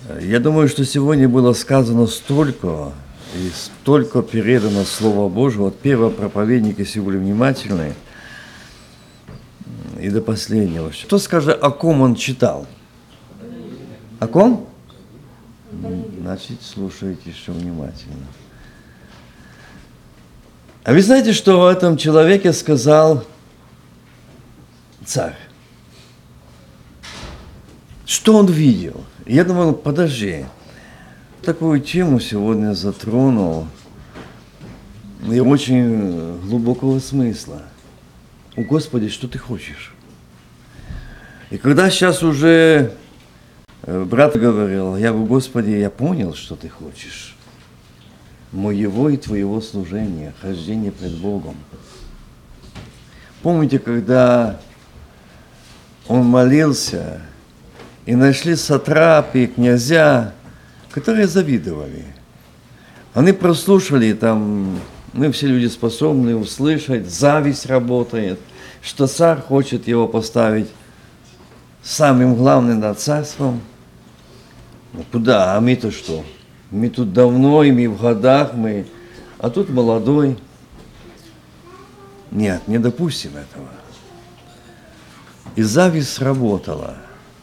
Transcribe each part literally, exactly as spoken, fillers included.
Я думаю, что сегодня было сказано столько, и столько передано Слова Божьего, от первого проповедника, если были внимательны, и до последнего. Кто скажет, о ком он читал? О ком? Значит, слушайте еще внимательно. А вы знаете, что в этом человеке сказал царь? Что он видел? Я думал, подожди, такую тему сегодня затронул, и очень глубокого смысла. О, Господи, что ты хочешь? И когда сейчас уже брат говорил, я говорю, Господи, я понял, что ты хочешь. Моего и твоего служения, хождения пред Богом. Помните, когда он молился, и нашли сатрапи, князья, которые завидовали. Они прослушали, там, мы все люди способны услышать, зависть работает, что царь хочет его поставить самым главным над царством. Ну куда? А мы-то что? Мы тут давно, и мы в годах, мы, а тут молодой. Нет, не допустим этого. И зависть сработала.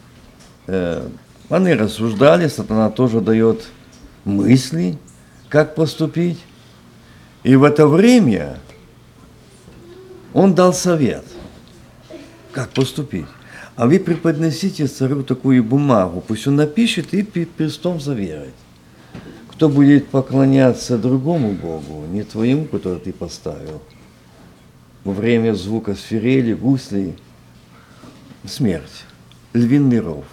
Они рассуждали, сатана тоже дает мысли, как поступить. И в это время он дал совет, как поступить. А вы преподносите царю такую бумагу, пусть он напишет и перстом заверит. Кто будет поклоняться другому Богу, не твоему, который ты поставил, во время звука свирели, гуслей, смерть, львиный ров.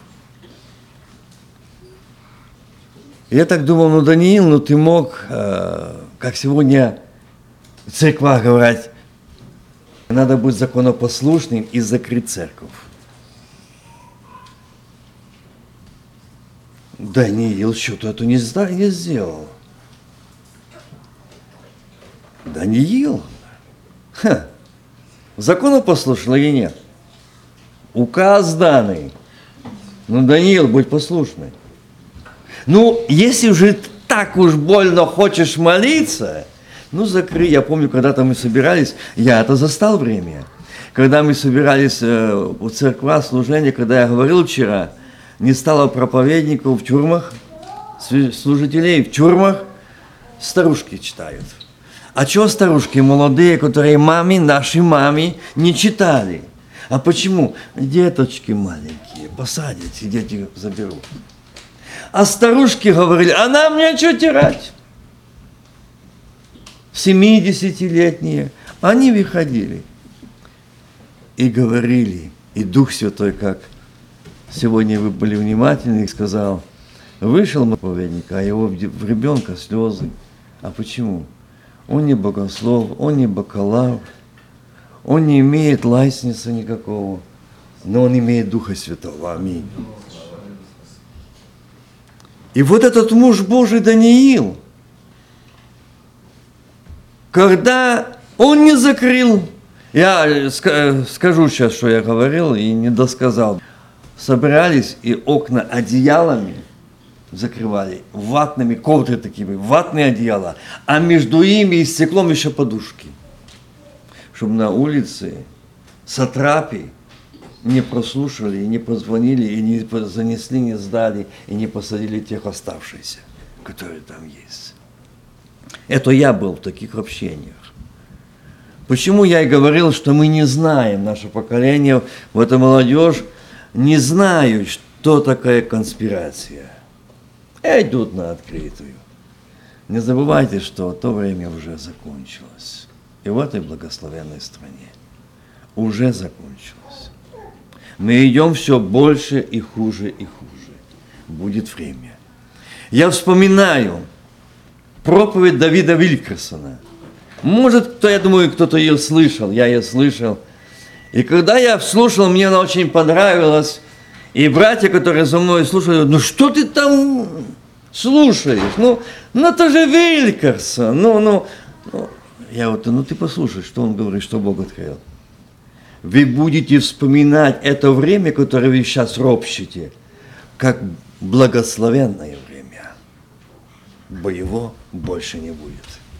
Я так думал, ну, Даниил, ну, ты мог, э, как сегодня в церквах говорят, надо быть законопослушным и закрыть церковь. Даниил что-то это не, не сделал. Даниил? Ха, законопослушный или нет? Указ данный. Ну, Даниил, будь послушный. Ну, если уже так уж больно хочешь молиться, ну, закрой. Я помню, когда-то мы собирались, я это застал время, когда мы собирались э, в церква, служение, когда я говорил вчера, не стало проповедников в тюрьмах, служителей в тюрьмах, старушки читают. А чего старушки молодые, которые маме, нашей маме не читали? А почему? Деточки маленькие, посадят, и дети заберут. А старушки говорили, а нам нечего терять. семидесятилетние. Они выходили и говорили, и Дух Святой, как сегодня вы были внимательны, и сказал, вышел проповедник, а его в ребенка слезы. А почему? Он не богослов, он не бакалавр, он не имеет лайсница никакого, но он имеет Духа Святого. Аминь. И вот этот муж Божий Даниил, когда он не закрыл, я скажу сейчас, что я говорил и не досказал, собирались и окна одеялами закрывали, ватными, ковдры такими, ватные одеяла, а между ими и стеклом еще подушки, чтобы на улице сатрапи не прослушали, и не позвонили, и не занесли, не сдали, и не посадили тех оставшихся, которые там есть. Это я был в таких общениях. Почему я и говорил, что мы не знаем, наше поколение, вот эта молодежь, не знают, что такая конспирация. И идут на открытую. Не забывайте, что то время уже закончилось. И в этой благословенной стране уже закончилось. Мы идем все больше и хуже и хуже. Будет время. Я вспоминаю проповедь Давида Вилькерсона. Может, кто, я думаю, кто-то ее слышал, я ее слышал. И когда я слушал, мне она очень понравилась. И братья, которые за мной слушали, ну что ты там слушаешь? Ну, ну это же Вилькерсон. Ну, ну, ну. Я вот, ну ты послушай, что он говорит, что Бог открыл. Вы будете вспоминать это время, которое вы сейчас ропщите, как благословенное время, бо его больше не будет.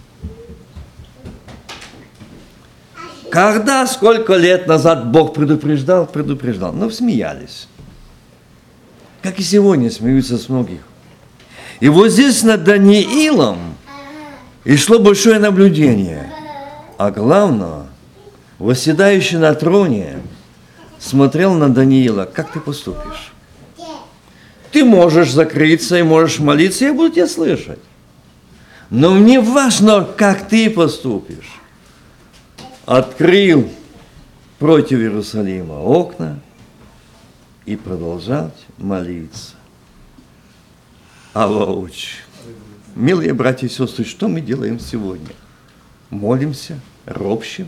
Когда, сколько лет назад Бог предупреждал, предупреждал, но смеялись. Как и сегодня смеются с многих. И вот здесь над Даниилом и шло большое наблюдение. А главное, восседающий на троне смотрел на Даниила, как ты поступишь. Ты можешь закрыться и можешь молиться, я буду тебя слышать. Но мне важно, как ты поступишь. Открыл против Иерусалима окна и продолжать молиться. Аллауч. Милые братья и сестры, что мы делаем сегодня? Молимся, ропщим.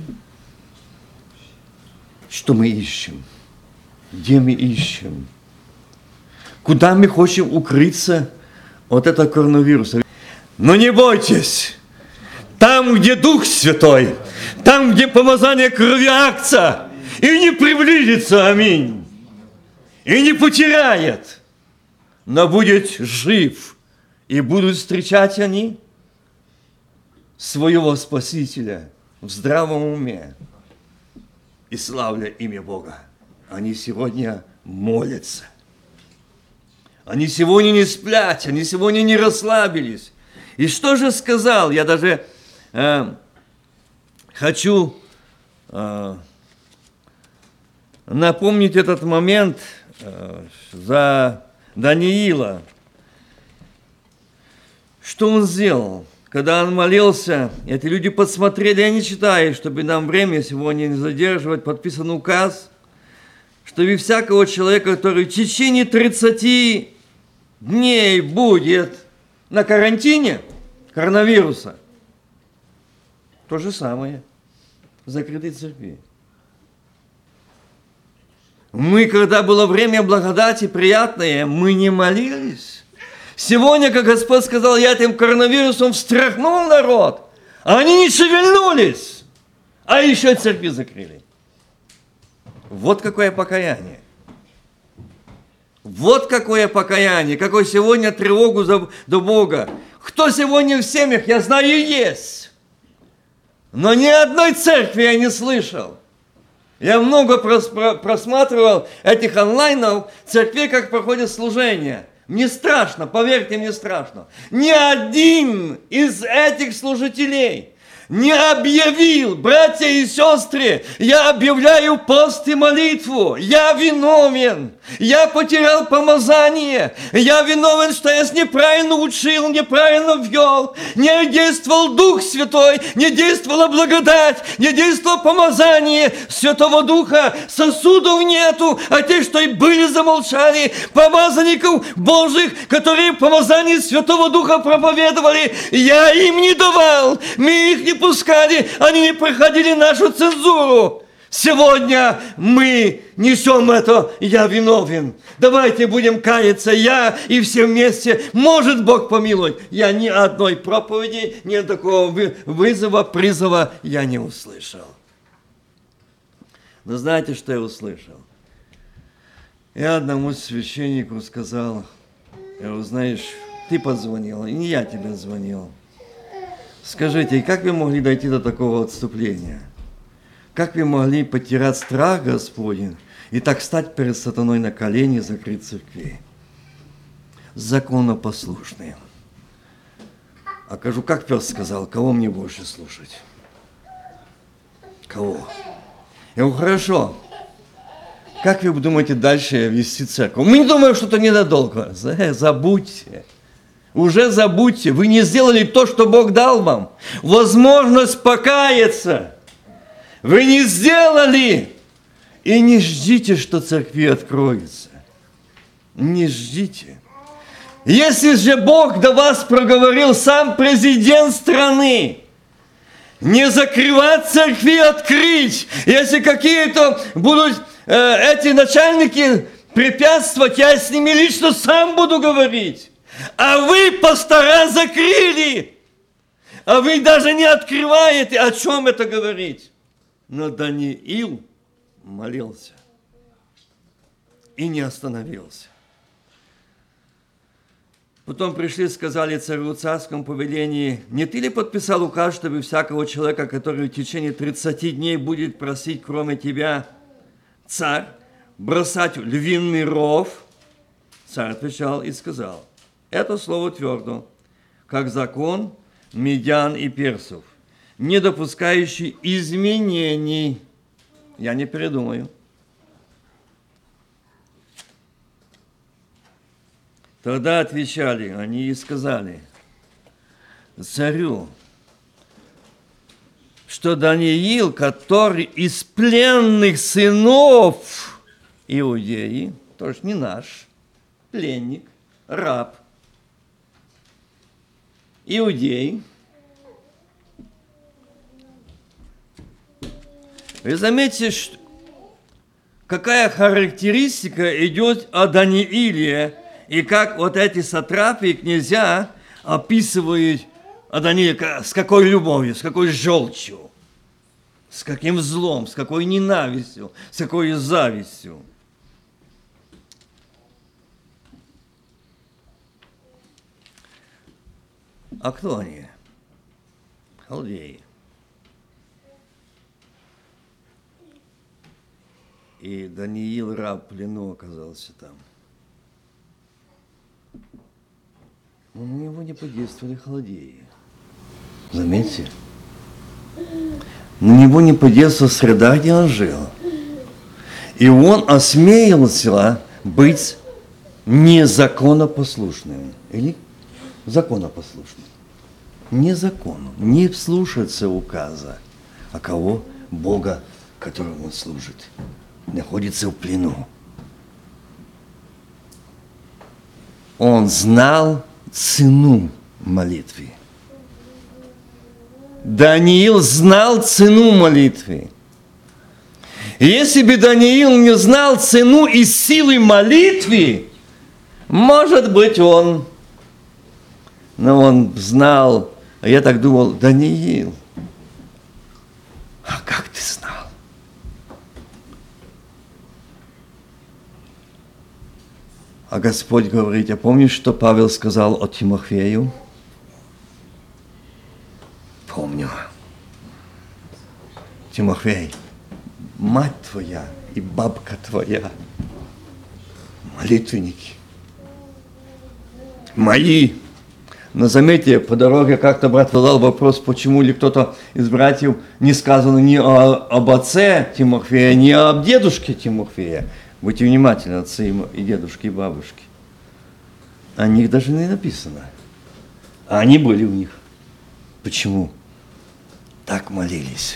Что мы ищем? Где мы ищем? Куда мы хотим укрыться от этого коронавируса? Но не бойтесь! Там, где Дух Святой, там, где помазание крови акция, и не приблизится, аминь, и не потеряет, но будет жив, и будут встречать они своего Спасителя в здравом уме и славля имя Бога. Они сегодня молятся. Они сегодня не сплят, они сегодня не расслабились. И что же сказал? Я даже э, хочу э, напомнить этот момент э, за Даниила. Что он сделал? Когда он молился, эти люди подсмотрели, я не читаю, чтобы нам время сегодня не задерживать, подписан указ, что и всякого человека, который в течение тридцати дней будет на карантине коронавируса, то же самое в закрытой церкви. Мы, когда было время благодати приятное, мы не молились. Сегодня, как Господь сказал, я этим коронавирусом встряхнул народ, а они не шевельнулись, а еще церкви закрыли. Вот какое покаяние. Вот какое покаяние, какой сегодня тревогу за, до Бога. Кто сегодня в семьях, я знаю, есть. Но ни одной церкви я не слышал. Я много просматривал этих онлайнов, церквей, как проходит служение. Мне страшно, поверьте, мне страшно. Ни один из этих служителей не объявил, братья и сестры, я объявляю пост и молитву, я виновен, я потерял помазание, я виновен, что я неправильно учил, неправильно ввел, не действовал Дух Святой, не действовала благодать, не действовало помазание Святого Духа, сосудов нету, а те, что и были, замолчали, помазанников Божьих, которые помазание Святого Духа проповедовали, я им не давал, мы их не пускали, они не проходили нашу цензуру. Сегодня мы несем это, я виновен. Давайте будем каяться, я и все вместе. Может Бог помилует. Я ни одной проповеди, ни такого вызова, призыва я не услышал. Но знаете, что я услышал? Я одному священнику сказал, я говорю, знаешь, ты позвонил, и не я тебе звонил. Скажите, как вы могли дойти до такого отступления? Как вы могли потерять страх Господень и так стать перед сатаной на колени и закрыть церкви? Законопослушные. А кажу, как пес сказал, кого мне больше слушать? Кого? Я говорю, хорошо. Как вы думаете дальше вести церковь? Мы не думаем, что это ненадолго. Забудьте. Уже забудьте, вы не сделали то, что Бог дал вам. Возможность покаяться. Вы не сделали. И не ждите, что церкви откроется. Не ждите. Если же Бог до вас проговорил, сам президент страны, не закрывать церкви, открыть. Если какие-то будут э, эти начальники препятствовать, я с ними лично сам буду говорить. А вы пастора закрыли, а вы даже не открываете, о чем это говорить. Но Даниил молился и не остановился. Потом пришли, сказали царю царскому повелении: не ты ли подписал указ, чтобы всякого человека, который в течение тридцати дней будет просить, кроме тебя, царь, бросать в львиный ров? Царь отвечал и сказал: это слово твердо, как закон медян и персов, не допускающий изменений. Я не передумаю. Тогда отвечали они и сказали царю, что Даниил, который из пленных сынов Иудеи, тоже не наш, пленник, раб, иудей. Вы заметите, что какая характеристика идет о Данииле, и как вот эти сатрапы и князья описывают о Данииле, с какой любовью, с какой желчью, с каким злом, с какой ненавистью, с какой завистью. А кто они? Халдеи. И Даниил, раб, в плену оказался там. Но на него не подействовали халдеи. Заметьте. На него не подействовала среда, где он жил. И он осмелился быть незаконопослушным. Или законопослушным. Не закону, не слушаться указа, а кого? Бога, которому он служит. Находится в плену. Он знал цену молитвы. Даниил знал цену молитвы. И если бы Даниил не знал цену и силы молитвы, может быть, он, но он знал, а я так думал: Даниил, а как ты знал? А Господь говорит: а помнишь, что Павел сказал о Тимофею? Помню. Тимофей, мать твоя и бабка твоя, молитвенники мои. Но заметьте, по дороге как-то брат задал вопрос, почему ли кто-то из братьев не сказано ни о, об отце Тимофея, ни об дедушке Тимофея. Будьте внимательны, отцы и дедушки, и бабушки. О них даже не написано. А они были у них. Почему? Так молились.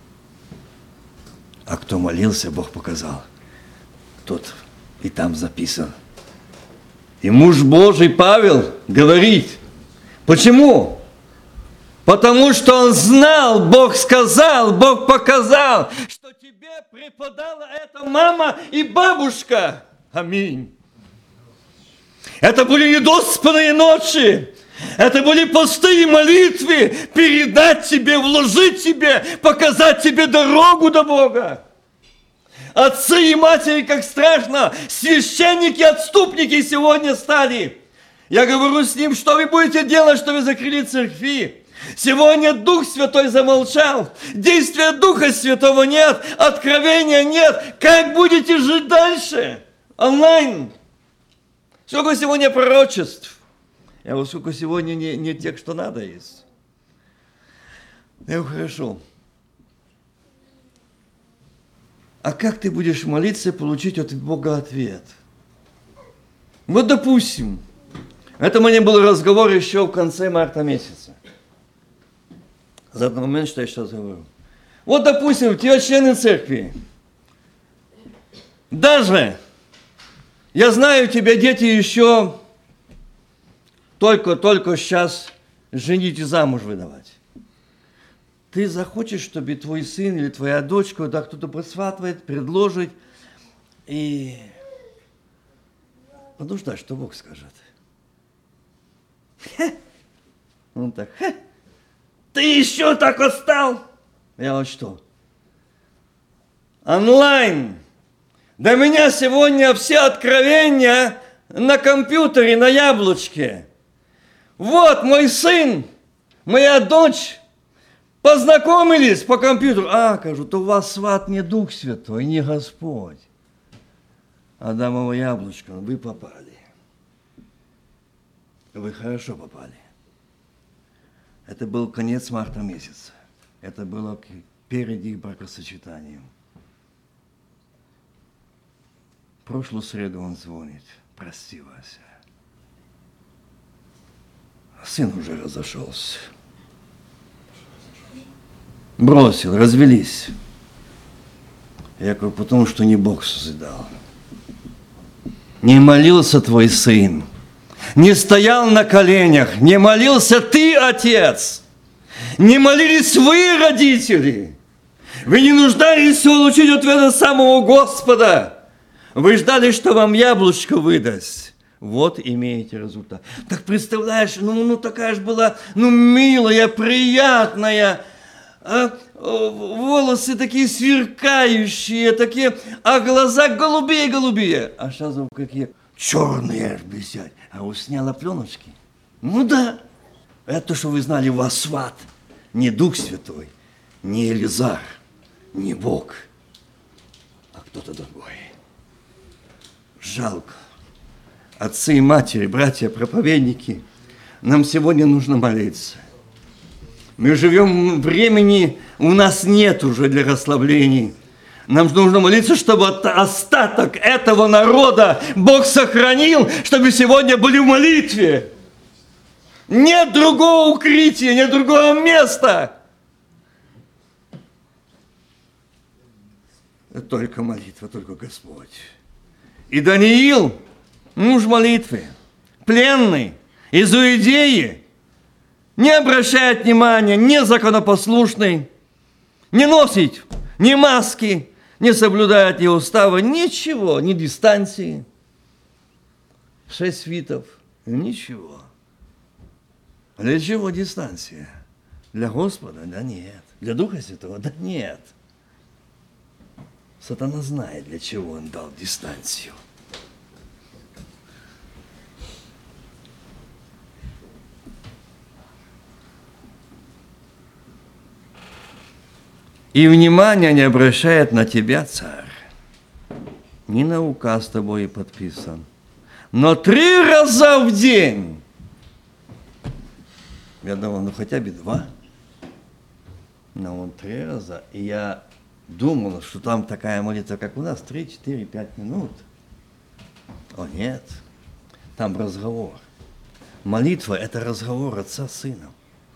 А кто молился, Бог показал. Тот и там записан. И муж Божий Павел говорит: почему? Потому что он знал, Бог сказал, Бог показал, что тебе преподала эта мама и бабушка. Аминь. Это были недоспанные ночи. Это были пустые молитвы. Передать тебе, вложить тебе, показать тебе дорогу до Бога. Отцы и матери, как страшно, священники, отступники сегодня стали. Я говорю с ним: что вы будете делать, что вы закрыли церкви? Сегодня Дух Святой замолчал, действия Духа Святого нет, откровения нет. Как будете жить дальше? Онлайн. Сколько сегодня пророчеств? Я вот сколько сегодня не, не тех, что надо есть. Ну, хорошо. А как ты будешь молиться и получить от Бога ответ? Вот, допустим, это у меня был разговор еще в конце марта месяца. За этот момент, что я сейчас говорю. Вот, допустим, у тебя члены церкви. Даже, я знаю, у тебя дети еще только-только сейчас женить и замуж выдавать. Ты захочешь, чтобы твой сын или твоя дочка, да, кто-то посватывает, предложит, и подождай, что Бог скажет. Хе. Он так: хе. Ты еще так отстал? Я вот что? Онлайн. До меня сегодня все откровения на компьютере, на яблочке. Вот мой сын, моя дочь, познакомились по компьютеру. А, кажут, у вас сват не Дух Святой, не Господь. Адамово яблочко, вы попали. Вы хорошо попали. Это был конец марта месяца. Это было перед их бракосочетанием. Прошлую среду он звонит. Прости, Вася. Сын уже разошелся. Бросил, развелись. Я говорю, потому что не Бог созидал. Не молился твой сын. Не стоял на коленях. Не молился ты, отец. Не молились вы, родители. Вы не нуждались получить ответа самого Господа. Вы ждали, что вам яблочко выдаст. Вот имеете результат. Так представляешь, ну, ну такая же была, ну, милая, приятная, а, волосы такие сверкающие, такие, а глаза голубее-голубее. А сейчас какие черные, блестят. А вы сняла пленочки? Ну да. Это, что вы знали, у вас сват. Не Дух Святой, не Елизар, не Бог, а кто-то другой. Жалко. Отцы и матери, братья, проповедники, нам сегодня нужно молиться. Мы живем в времени, у нас нет уже для расслаблений. Нам нужно молиться, чтобы остаток этого народа Бог сохранил, чтобы сегодня были в молитве. Нет другого укрытия, нет другого места. Только молитва, только Господь. И Даниил, муж молитвы, пленный из Иудеи, не обращает внимания, не законопослушный, не носит ни маски, не соблюдает ни устава, ничего, ни дистанции. Шесть фитов, ничего. Для чего дистанция? Для Господа? Да нет. Для Духа Святого? Да нет. Сатана знает, для чего он дал дистанцию. И внимания не обращает на тебя царь. Не на указ тобой подписан. Но три раза в день. Я думал, ну хотя бы два. Но он три раза. И я думал, что там такая молитва, как у нас, три, четыре, пять минут. О нет, там разговор. Молитва – это разговор отца с сыном.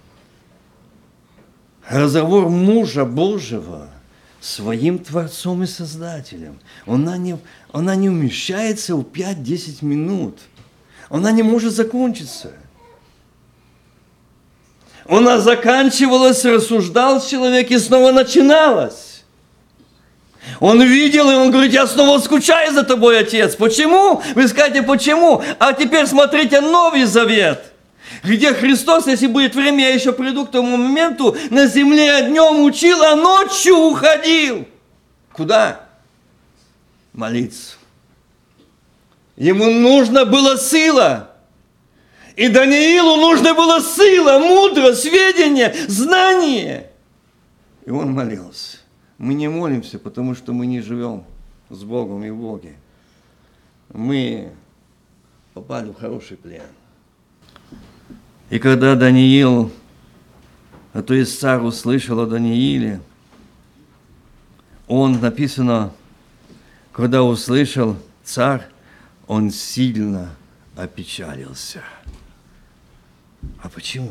Разговор мужа Божьего своим Творцом и Создателем. Она не, она не умещается в пять-десять минут. Она не может закончиться. Она заканчивалась, рассуждал человек, и снова начиналась. Он видел, и он говорит, я снова скучаю за тобой, Отец. Почему? Вы скажете, почему? А теперь смотрите Новый Завет, где Христос, если будет время, я еще приду к тому моменту, на земле днем учил, а ночью уходил. Куда? Молиться. Ему нужна была сила. И Даниилу нужна была сила, мудрость, сведения, знание. И он молился. Мы не молимся, потому что мы не живем с Богом и в Боге. Мы попали в хороший плен. И когда Даниил, а то есть царь услышал о Данииле, он, написано, когда услышал царь, он сильно опечалился. А почему?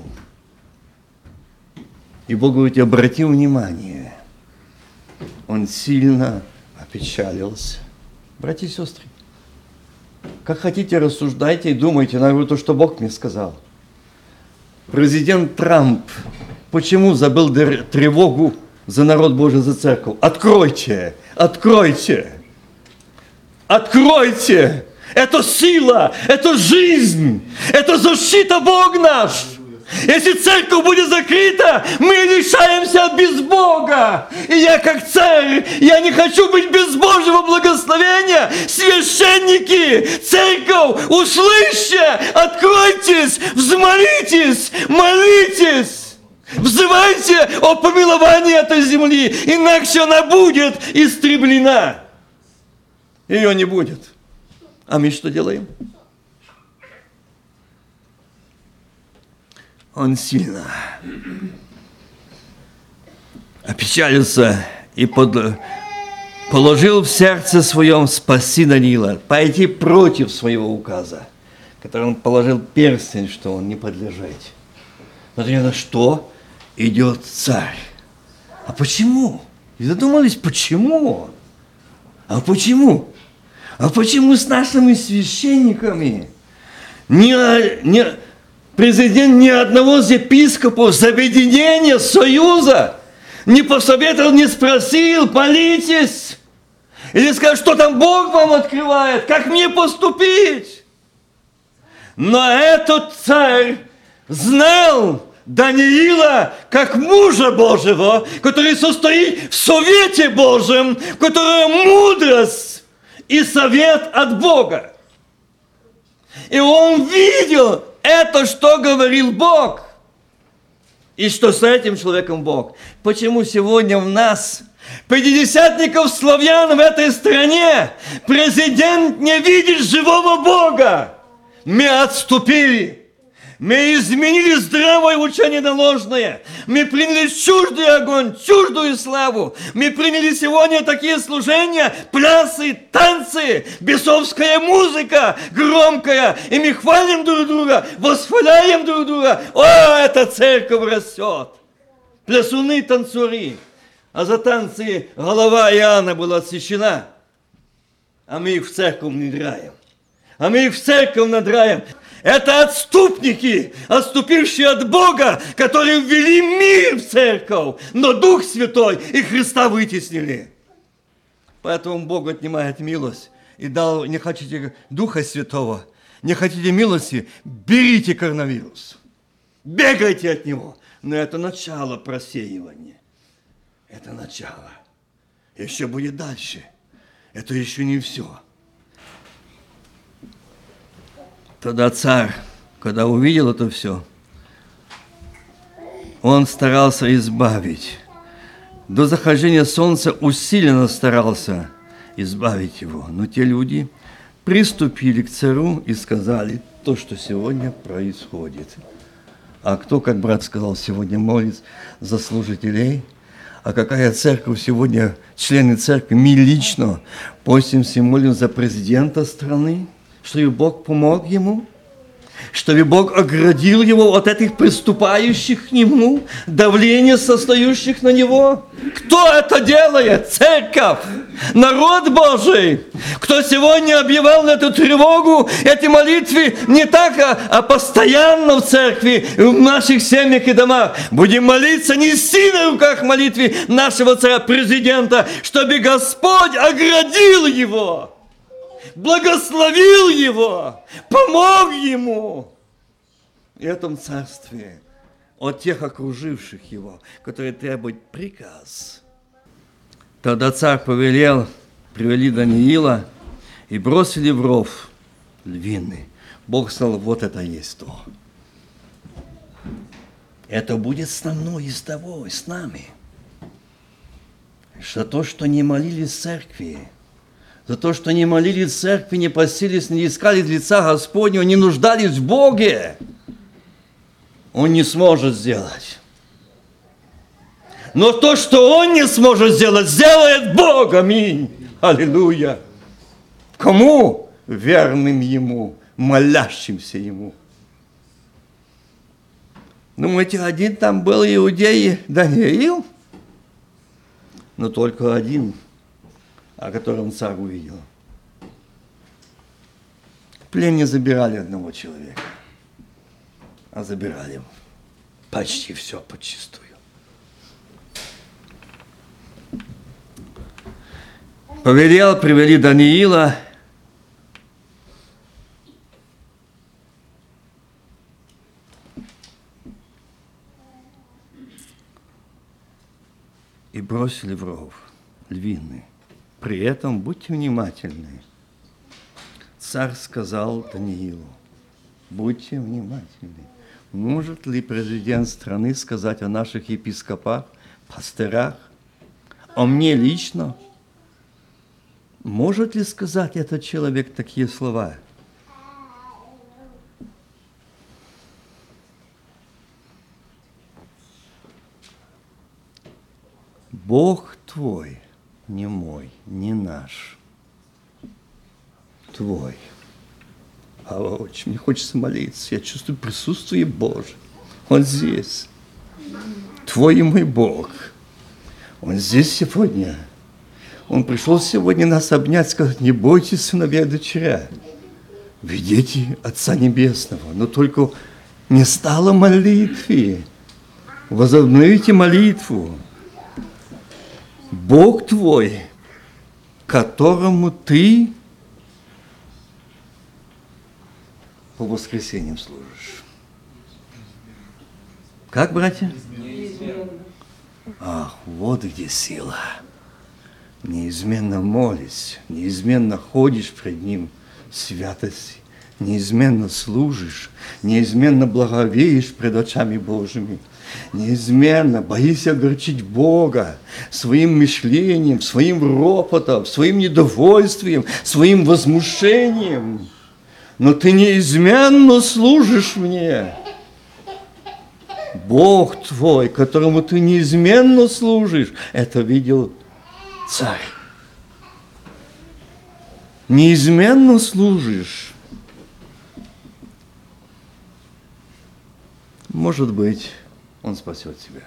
И Бог говорит, обрати внимание, он сильно опечалился. Братья и сестры, как хотите, рассуждайте и думайте, но я говорю то, что Бог мне сказал. Президент Трамп почему забыл тревогу за народ Божий, за церковь? Откройте, откройте, откройте! Это сила, это жизнь, это защита Бог наш. Если церковь будет закрыта, мы лишаемся без Бога. И я как царь, я не хочу быть без Божьего благословения. Священники, церковь, услышьте, откройте молитесь, взмолитесь, молитесь, взывайте о помиловании этой земли, иначе она будет истреблена. Ее не будет. А мы что делаем? Он сильно опечалился и под... положил в сердце своем спаси Даниила, пойти против своего указа, который он положил перстень, что он не подлежит. Смотри, на что идет царь. А почему? И задумались, почему? А почему? А почему с нашими священниками ни, ни, президент ни одного из епископов с объединения, союза не посоветовал, не спросил, молитесь? Или сказать, что там Бог вам открывает, как мне поступить? Но этот царь знал Даниила как мужа Божьего, который состоит в совете Божьем, в котором мудрость и совет от Бога. И он видел это, что говорил Бог. И что с этим человеком Бог. Почему сегодня в нас, пятидесятников славян в этой стране, президент не видит живого Бога? Мы отступили. Мы изменили здравое учение на ложное. Мы приняли чуждый огонь, чуждую славу. Мы приняли сегодня такие служения, плясы, танцы, бесовская музыка громкая. И мы хвалим друг друга, восхваляем друг друга. О, эта церковь растет. Плясуны, танцури. А за танцы голова Иоанна была отсечена. А мы их в церковь надраем. А мы их в церковь надраем. Это отступники, отступившие от Бога, которые ввели мир в церковь, но Дух Святой и Христа вытеснили. Поэтому Бог отнимает милость и дал, не хотите Духа Святого, не хотите милости, берите коронавирус, бегайте от него. Но это начало просеивания, это начало. Еще будет дальше, это еще не все. Тогда царь, когда увидел это все, он старался избавить. До захождения солнца усиленно старался избавить его. Но те люди приступили к царю и сказали то, что сегодня происходит. А кто, как брат сказал, сегодня молится за служителей? А какая церковь сегодня, члены церкви, мы лично постимся и молим за президента страны? Чтобы Бог помог ему, чтобы Бог оградил его от этих приступающих к нему, давления, состоящих на него. Кто это делает? Церковь, народ Божий. Кто сегодня объявлял эту тревогу, эти молитвы не так, а, а постоянно в церкви, в наших семьях и домах. Будем молиться, нести на руках молитвы нашего царя, президента, чтобы Господь оградил его. Благословил его, помог ему в этом царстве от тех окруживших его, которые требуют приказ. Тогда царь повелел, привели Даниила и бросили в ров львиный. Бог сказал, вот это есть то. Это будет со мной и с тобой, с нами. За то, что не молились в церкви, за то, что не молились в церкви, не постились, не искали лица Господнего, не нуждались в Боге, Он не сможет сделать. Но то, что Он не сможет сделать, сделает Бог. Аминь. Аллилуйя. Кому? Верным Ему, молящимся Ему. Думаете, один там был иудей Даниил? Но только один, о котором царь увидел. В плен не забирали одного человека, а забирали почти все подчистую. Повелел, привели Даниила. И бросили в ров львиный. При этом будьте внимательны. Царь сказал Даниилу, Будьте внимательны. Может ли президент страны сказать о наших епископах, пастырях, о мне лично? Может ли сказать этот человек такие слова? Бог твой, не мой, не наш, твой. А очень мне хочется молиться. Я чувствую присутствие Божие. Он здесь. Твой и мой Бог. Он здесь сегодня. Он пришел сегодня нас обнять, сказать: не бойтесь, сыновья и дочеря. Ведите Отца Небесного. Но только не стало молитвы. Возобновите молитву. Бог твой, которому ты по воскресеньям служишь. Как, братья? Неизменно. Ах, вот где сила. Неизменно молись, неизменно ходишь пред Ним в святости, неизменно служишь, неизменно благовеешь пред очами Божьими, неизменно боишься огорчить Бога своим мышлением, своим ропотом, своим недовольствием, своим возмущением. Но ты неизменно служишь мне. Бог твой, которому ты неизменно служишь, это видел царь. Неизменно служишь. Может быть, Он спасет тебя.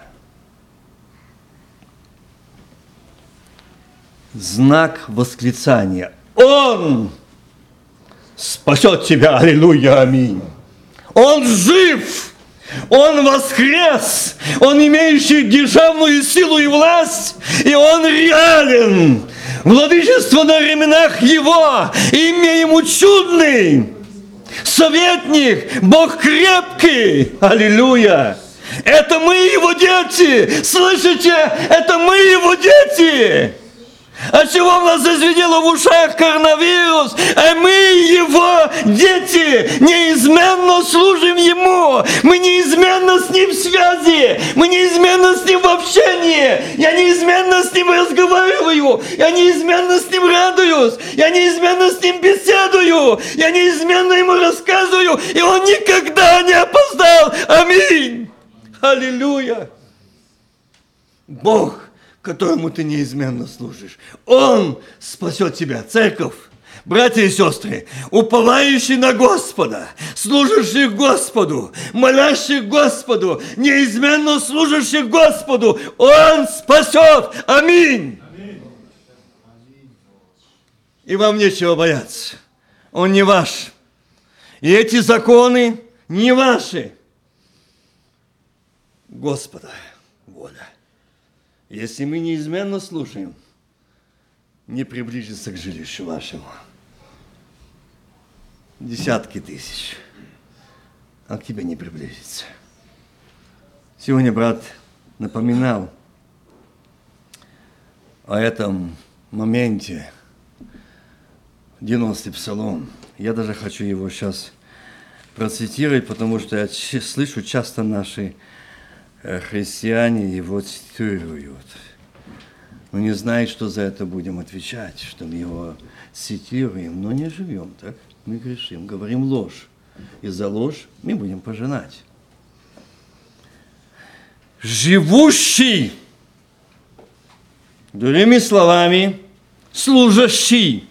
Знак восклицания. Он спасет тебя, аллилуйя, аминь. Он жив, Он воскрес, Он имеющий державную силу и власть, и Он реален. Владычество на ременах Его, имя Ему чудный, советник, Бог крепкий, аллилуйя. Это мы Его дети, слышите, это мы Его дети. А чего у нас зазвенело в ушах коронавирус? А мы Его дети, неизменно служим Ему. Мы неизменно с Ним в связи. Мы неизменно с Ним в общении. Я неизменно с Ним разговариваю. Я неизменно с Ним радуюсь. Я неизменно с Ним беседую. Я неизменно Ему рассказываю. И Он никогда не опоздал. Аминь. Аллилуйя. Бог, которому ты неизменно служишь, Он спасет тебя. Церковь, братья и сестры, уповающие на Господа, служащих Господу, молящих Господу, неизменно служащих Господу, Он спасет. Аминь. Аминь. И вам нечего бояться. Он не ваш. И эти законы не ваши. Господа воля. Если мы неизменно слушаем, не приблизиться к жилищу вашему. Десятки тысяч, а к тебе не приблизится. Сегодня брат напоминал о этом моменте, девяностый псалом. Я даже хочу его сейчас процитировать, потому что я слышу часто наши христиане его цитируют. Но не знают, что за это будем отвечать, что мы его цитируем, но не живем так. Мы грешим, говорим ложь. И за ложь мы будем пожинать. Живущий, другими словами, служащий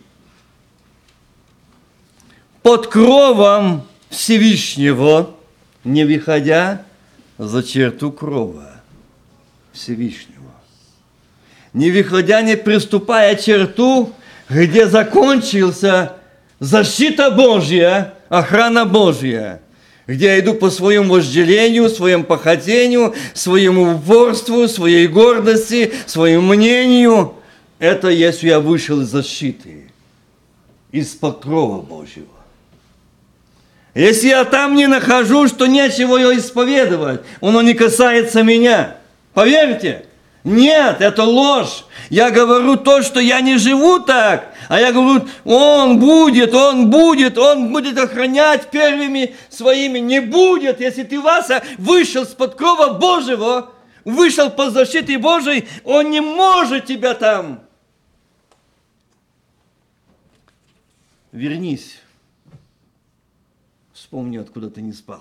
под кровом Всевышнего, не выходя за черту крова Всевышнего. Не выходя, не приступая черту, где закончился защита Божья, охрана Божья, где я иду по своему вожделению, своему похотению, своему упорству, своей гордости, своему мнению. Это если я вышел из защиты, из-под крова Божьего. Если я там не нахожусь, то нечего его исповедовать. Оно не касается меня. Поверьте. Нет, это ложь. Я говорю то, что я не живу так, А я говорю, он будет, он будет, он будет охранять первыми своими. Не будет, если ты, Вася, вышел с-под крова Божьего, вышел под защитой Божией, он не может тебя там. Вернись. Вспомни, откуда ты не спал.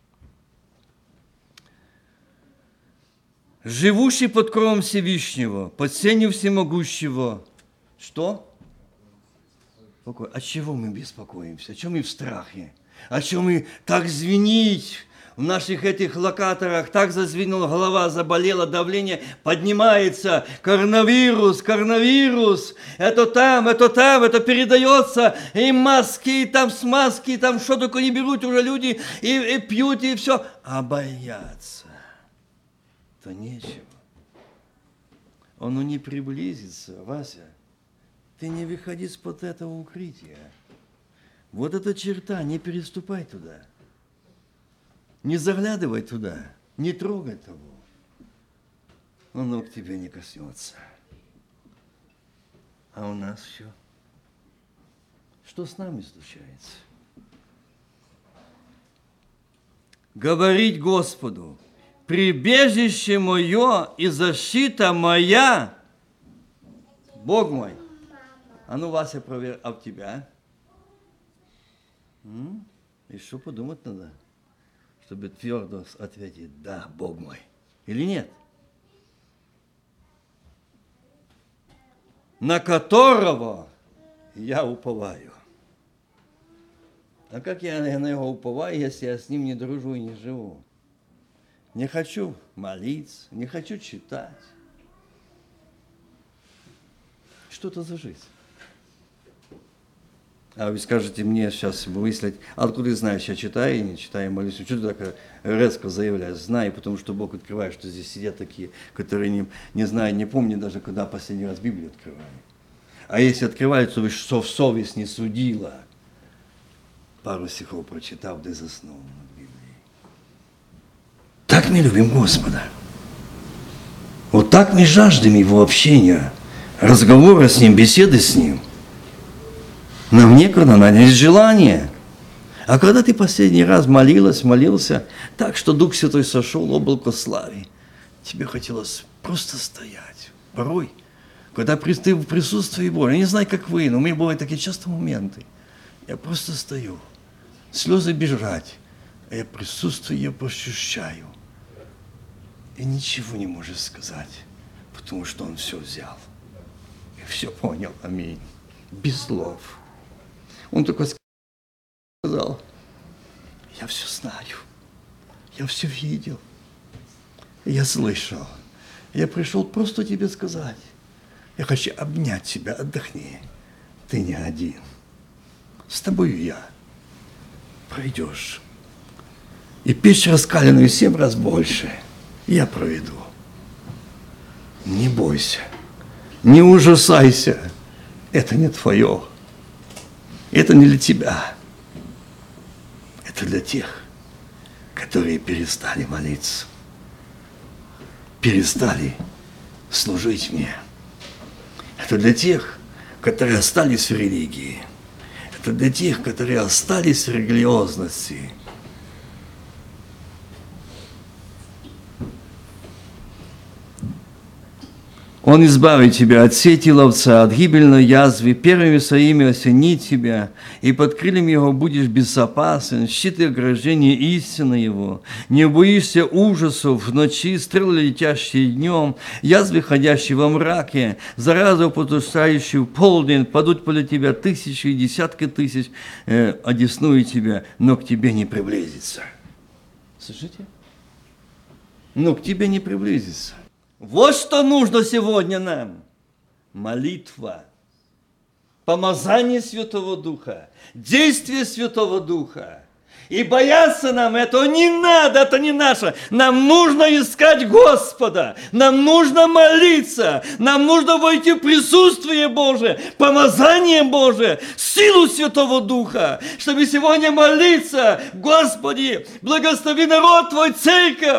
Живущий под кровом Всевышнего, под сенью Всемогущего. Что? Покой. От чего мы беспокоимся? О чем мы в страхе? О чем мы так звенить в наших этих локаторах? Так зазвенела голова, заболела, давление поднимается. Коронавирус, коронавирус. Это там, это там, это передается. И маски, и там смазки, и там что только не берут уже люди, и, и пьют, и все. А боятся. То нечего. Оно не приблизится, Вася. Ты не выходи из-под этого укрытия. Вот эта черта, не переступай туда. Не заглядывай туда, не трогай того. Оно к тебе не коснется. А у нас все. Что с нами случается? Говорить Господу: прибежище мое и защита моя, Бог мой. А ну, Вася, проверь, а в тебя? М? И что подумать надо, чтобы твердо ответить: да, Бог мой. Или нет? На которого я уповаю. А как я на него уповаю, если я с ним не дружу и не живу? Не хочу молиться, не хочу читать. Что это за жизнь? А вы скажете мне сейчас выяснить, откуда ты знаешь, я читаю и не читаю, молюсь. Что ты так резко заявляешь? Знаю, потому что Бог открывает, что здесь сидят такие, которые не, не знают, не помнят даже, когда последний раз Библию открывали. А если открывают, то что в совесть не судила, пару стихов прочитав, да заснул над Библией. Так мы любим Господа. Вот так мы жаждем Его общения, разговора с Ним, беседы с Ним. Нам некогда, нам есть желание. А когда ты последний раз молилась, молился, так что Дух Святой сошел, облако славы, тебе хотелось просто стоять. Порой, когда ты в присутствии Божьем, я не знаю, как вы, но у меня бывают такие часто моменты, я просто стою, слезы бежать, а я присутствие его ощущаю. И ничего не можешь сказать, потому что он все взял. И все понял, аминь. Без слов. Он только сказал: я все знаю, я все видел, я слышал. Я пришел просто тебе сказать. Я хочу обнять тебя, отдохни. Ты не один. С тобою я. Пройдешь. И печь раскаленную семь раз больше я проведу. Не бойся, не ужасайся. Это не твое. Это не для тебя. Это для тех, которые перестали молиться. Перестали служить мне. Это для тех, которые остались в религии. Это для тех, которые остались в религиозности. Он избавит тебя от сети ловца, от гибельной язвы, первыми своими осенит тебя, и под крыльями его будешь безопасен, щит и ограждение истины его. Не боишься ужасов в ночи, стрелы, летящие днем, язвы, ходящие во мраке, заразу, потушающую в полдень, падут поля тебя тысячи и десятки тысяч, э, одесную тебя, но к тебе не приблизится. Слышите? Но к тебе не приблизится. Вот что нужно сегодня нам. Молитва, помазание Святого Духа, действие Святого Духа. И бояться нам этого не надо, это не наше. Нам нужно искать Господа, нам нужно молиться, нам нужно войти в присутствие Божие, помазание Божие, силу Святого Духа, чтобы сегодня молиться: Господи, благослови народ Твой, церковь,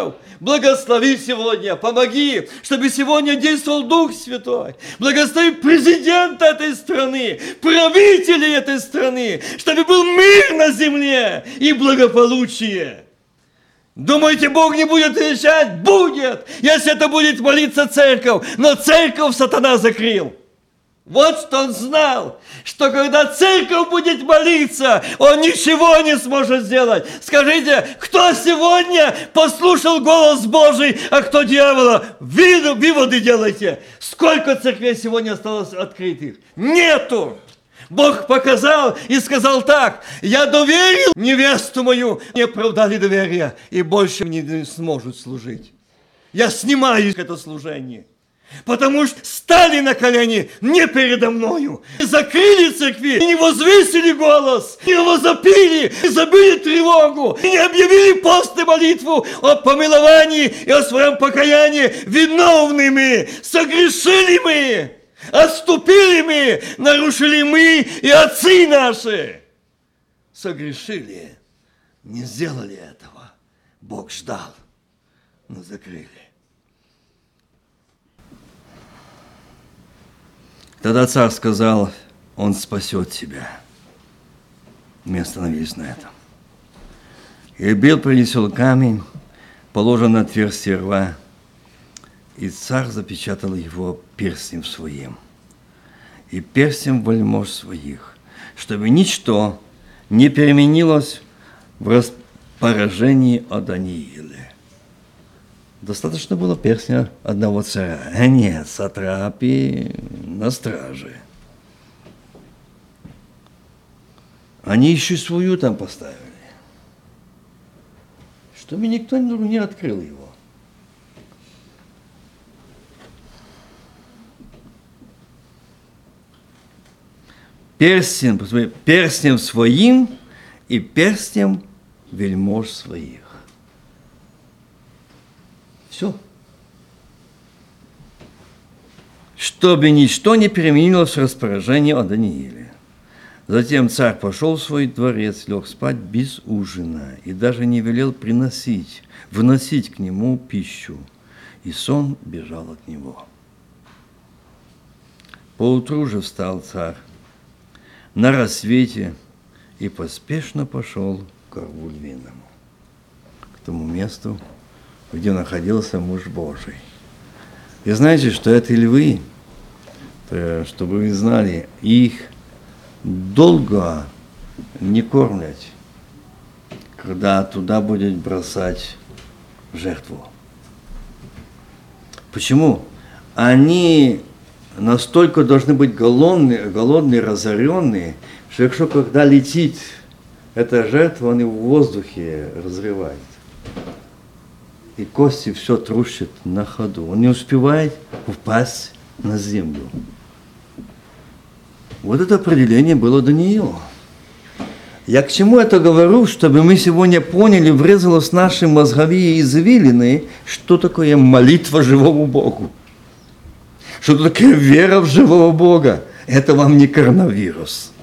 благослови сегодня, помоги, чтобы сегодня действовал Дух Святой. Благослови президента этой страны, правителей этой страны, чтобы был мир на земле и благополучие. Думаете, Бог не будет отвечать? Будет, если это будет молиться церковь. Но церковь сатана закрыл. Вот что он знал, что когда церковь будет молиться, он ничего не сможет сделать. Скажите, кто сегодня послушал голос Божий, а кто дьявола? Выводы делайте. Сколько церквей сегодня осталось открытых? Нету. Бог показал и сказал так: я доверил невесту мою, не оправдали доверия, и больше мне не сможет служить. Я снимаю это служение. Потому что стали на колени не передо мною, закрыли церкви, не возвысили голос, не возопили, не забили тревогу, не объявили пост и молитву о помиловании и о своем покаянии. Виновными согрешили мы, отступили мы, нарушили мы и отцы наши. Согрешили, не сделали этого. Бог ждал, но закрыли. Тогда царь сказал: он спасет тебя. Мы остановились на этом. И Бел принесел камень, положен на отверстие рва, и царь запечатал его перстнем своим и перстнем вельмож своих, чтобы ничто не переменилось в распоряжении о Данииле. Достаточно было перстня одного царя. А нет, сатрапи на страже. Они еще свою там поставили. Чтобы никто не открыл его. Перстень, перстнем своим и перстнем вельмож своих. Все. Чтобы ничто не переменилось в распоряжении о Данииле. Затем царь пошел в свой дворец, лег спать без ужина и даже не велел приносить, вносить к нему пищу. И сон бежал от него. Поутру же встал царь на рассвете и поспешно пошел к рву львиному, к тому месту, где находился муж Божий. И знаете, что эти львы, чтобы вы знали, их долго не кормят, когда туда будет бросать жертву. Почему? Они настолько должны быть голодные, голодные, разоренные, что якщо когда летит эта жертва, они в воздухе разрывают. И кости все трущат на ходу. Он не успевает упасть на землю. Вот это определение было Даниилу. Я к чему это говорю? Чтобы мы сегодня поняли, врезалось в наши мозговые извилины, что такое молитва живому Богу. Что такое вера в живого Бога. Это вам не коронавирус.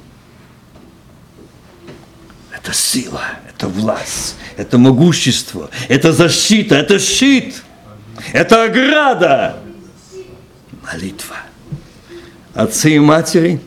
Это сила, это власть. Это могущество, это защита, это щит, это ограда. Молитва. Отцы и матери,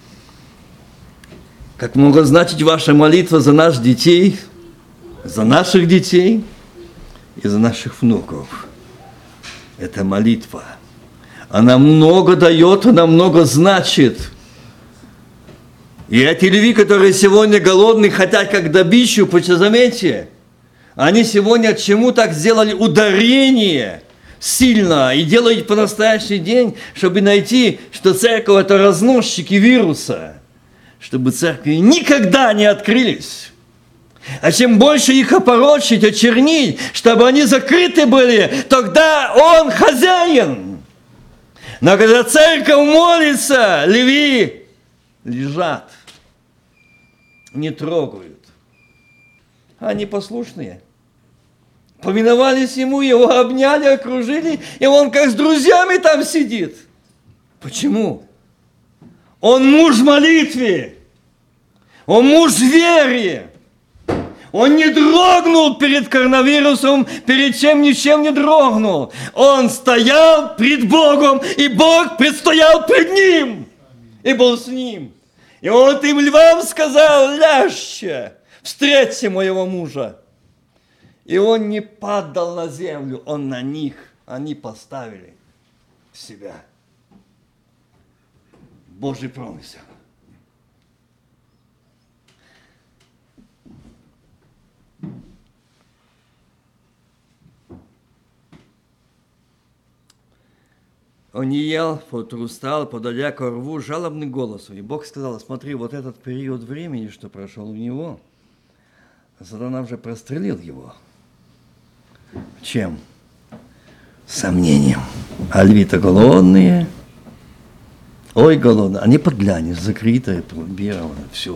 как много значит ваша молитва за наших детей, за наших детей и за наших внуков. Это молитва. Она много дает, она много значит. И эти львы, которые сегодня голодные, хотят как добычу, заметьте, они сегодня чему так сделали ударение сильно и делают по настоящий день, чтобы найти, что церковь – это разносчики вируса, чтобы церкви никогда не открылись. А чем больше их опорочить, очернить, чтобы они закрыты были, тогда он хозяин. Но когда церковь молится, львы лежат, не трогают. Они послушные. Повиновались ему, его обняли, окружили, и он как с друзьями там сидит. Почему? Он муж в молитве, он муж в вере, Он не дрогнул перед коронавирусом, перед чем ничем не дрогнул. Он стоял пред Богом, и Бог предстоял пред ним, и был с ним. И он тем львам сказал: ляжьте, встретьте моего мужа. И он не падал на землю, он на них, они поставили себя. Божий промысел. Он не ел, поутру встал, подойдя ко рву, жалобный голосом. И Бог сказал: смотри, вот этот период времени, что прошел у него, сатана уже прострелил его. Чем? Сомнением. А львы-то голодные. Ой, голодные. Они подглянешь, закрытые, пломбированы, все.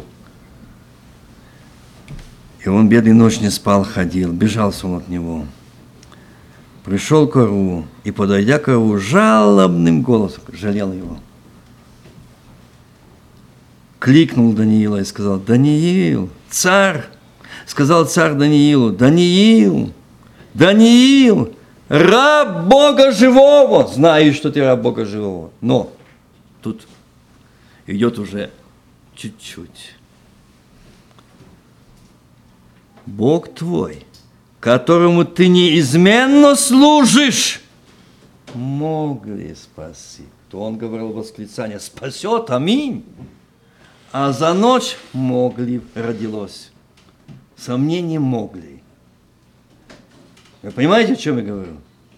И он, бедный, ночь не спал, ходил, бежался он от него. Пришел к рву, и, подойдя к рву, жалобным голосом жалел его. Кликнул Даниила и сказал: Даниил, царь! Сказал царь Даниилу: Даниил, Даниил, раб Бога живого! Знаю, что ты раб Бога живого. Но тут идет уже чуть-чуть. Бог твой, которому ты неизменно служишь, мог ли спасти? То он говорил восклицание: спасет, аминь. А за ночь мог ли родилось? Сомнение мог ли. Вы понимаете, о чем я говорю?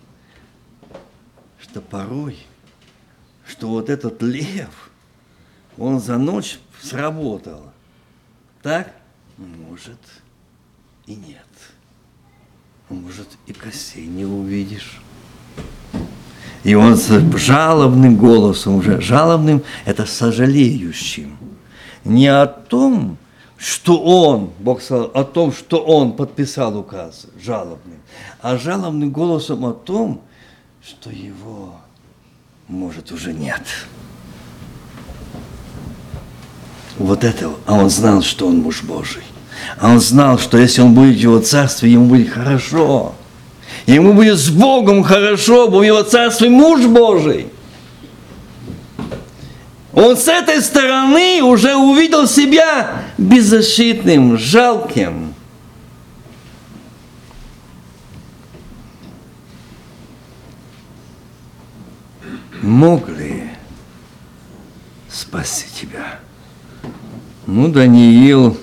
Что порой, что вот этот лев, он за ночь сработал. Так? Может и нет. Может, и косей не увидишь. И он с жалобным голосом, уже жалобным, это сожалеющим. Не о том, что он, Бог сказал, о том, что он подписал указ, жалобным, а жалобным голосом о том, что его, может, уже нет. Вот этого. А он знал, что он муж Божий. А он знал, что если он будет в его царстве, ему будет хорошо. Ему будет с Богом хорошо, бо в его царстве муж Божий. Он с этой стороны уже увидел себя беззащитным, жалким. Мог ли спасти тебя? Ну, Даниил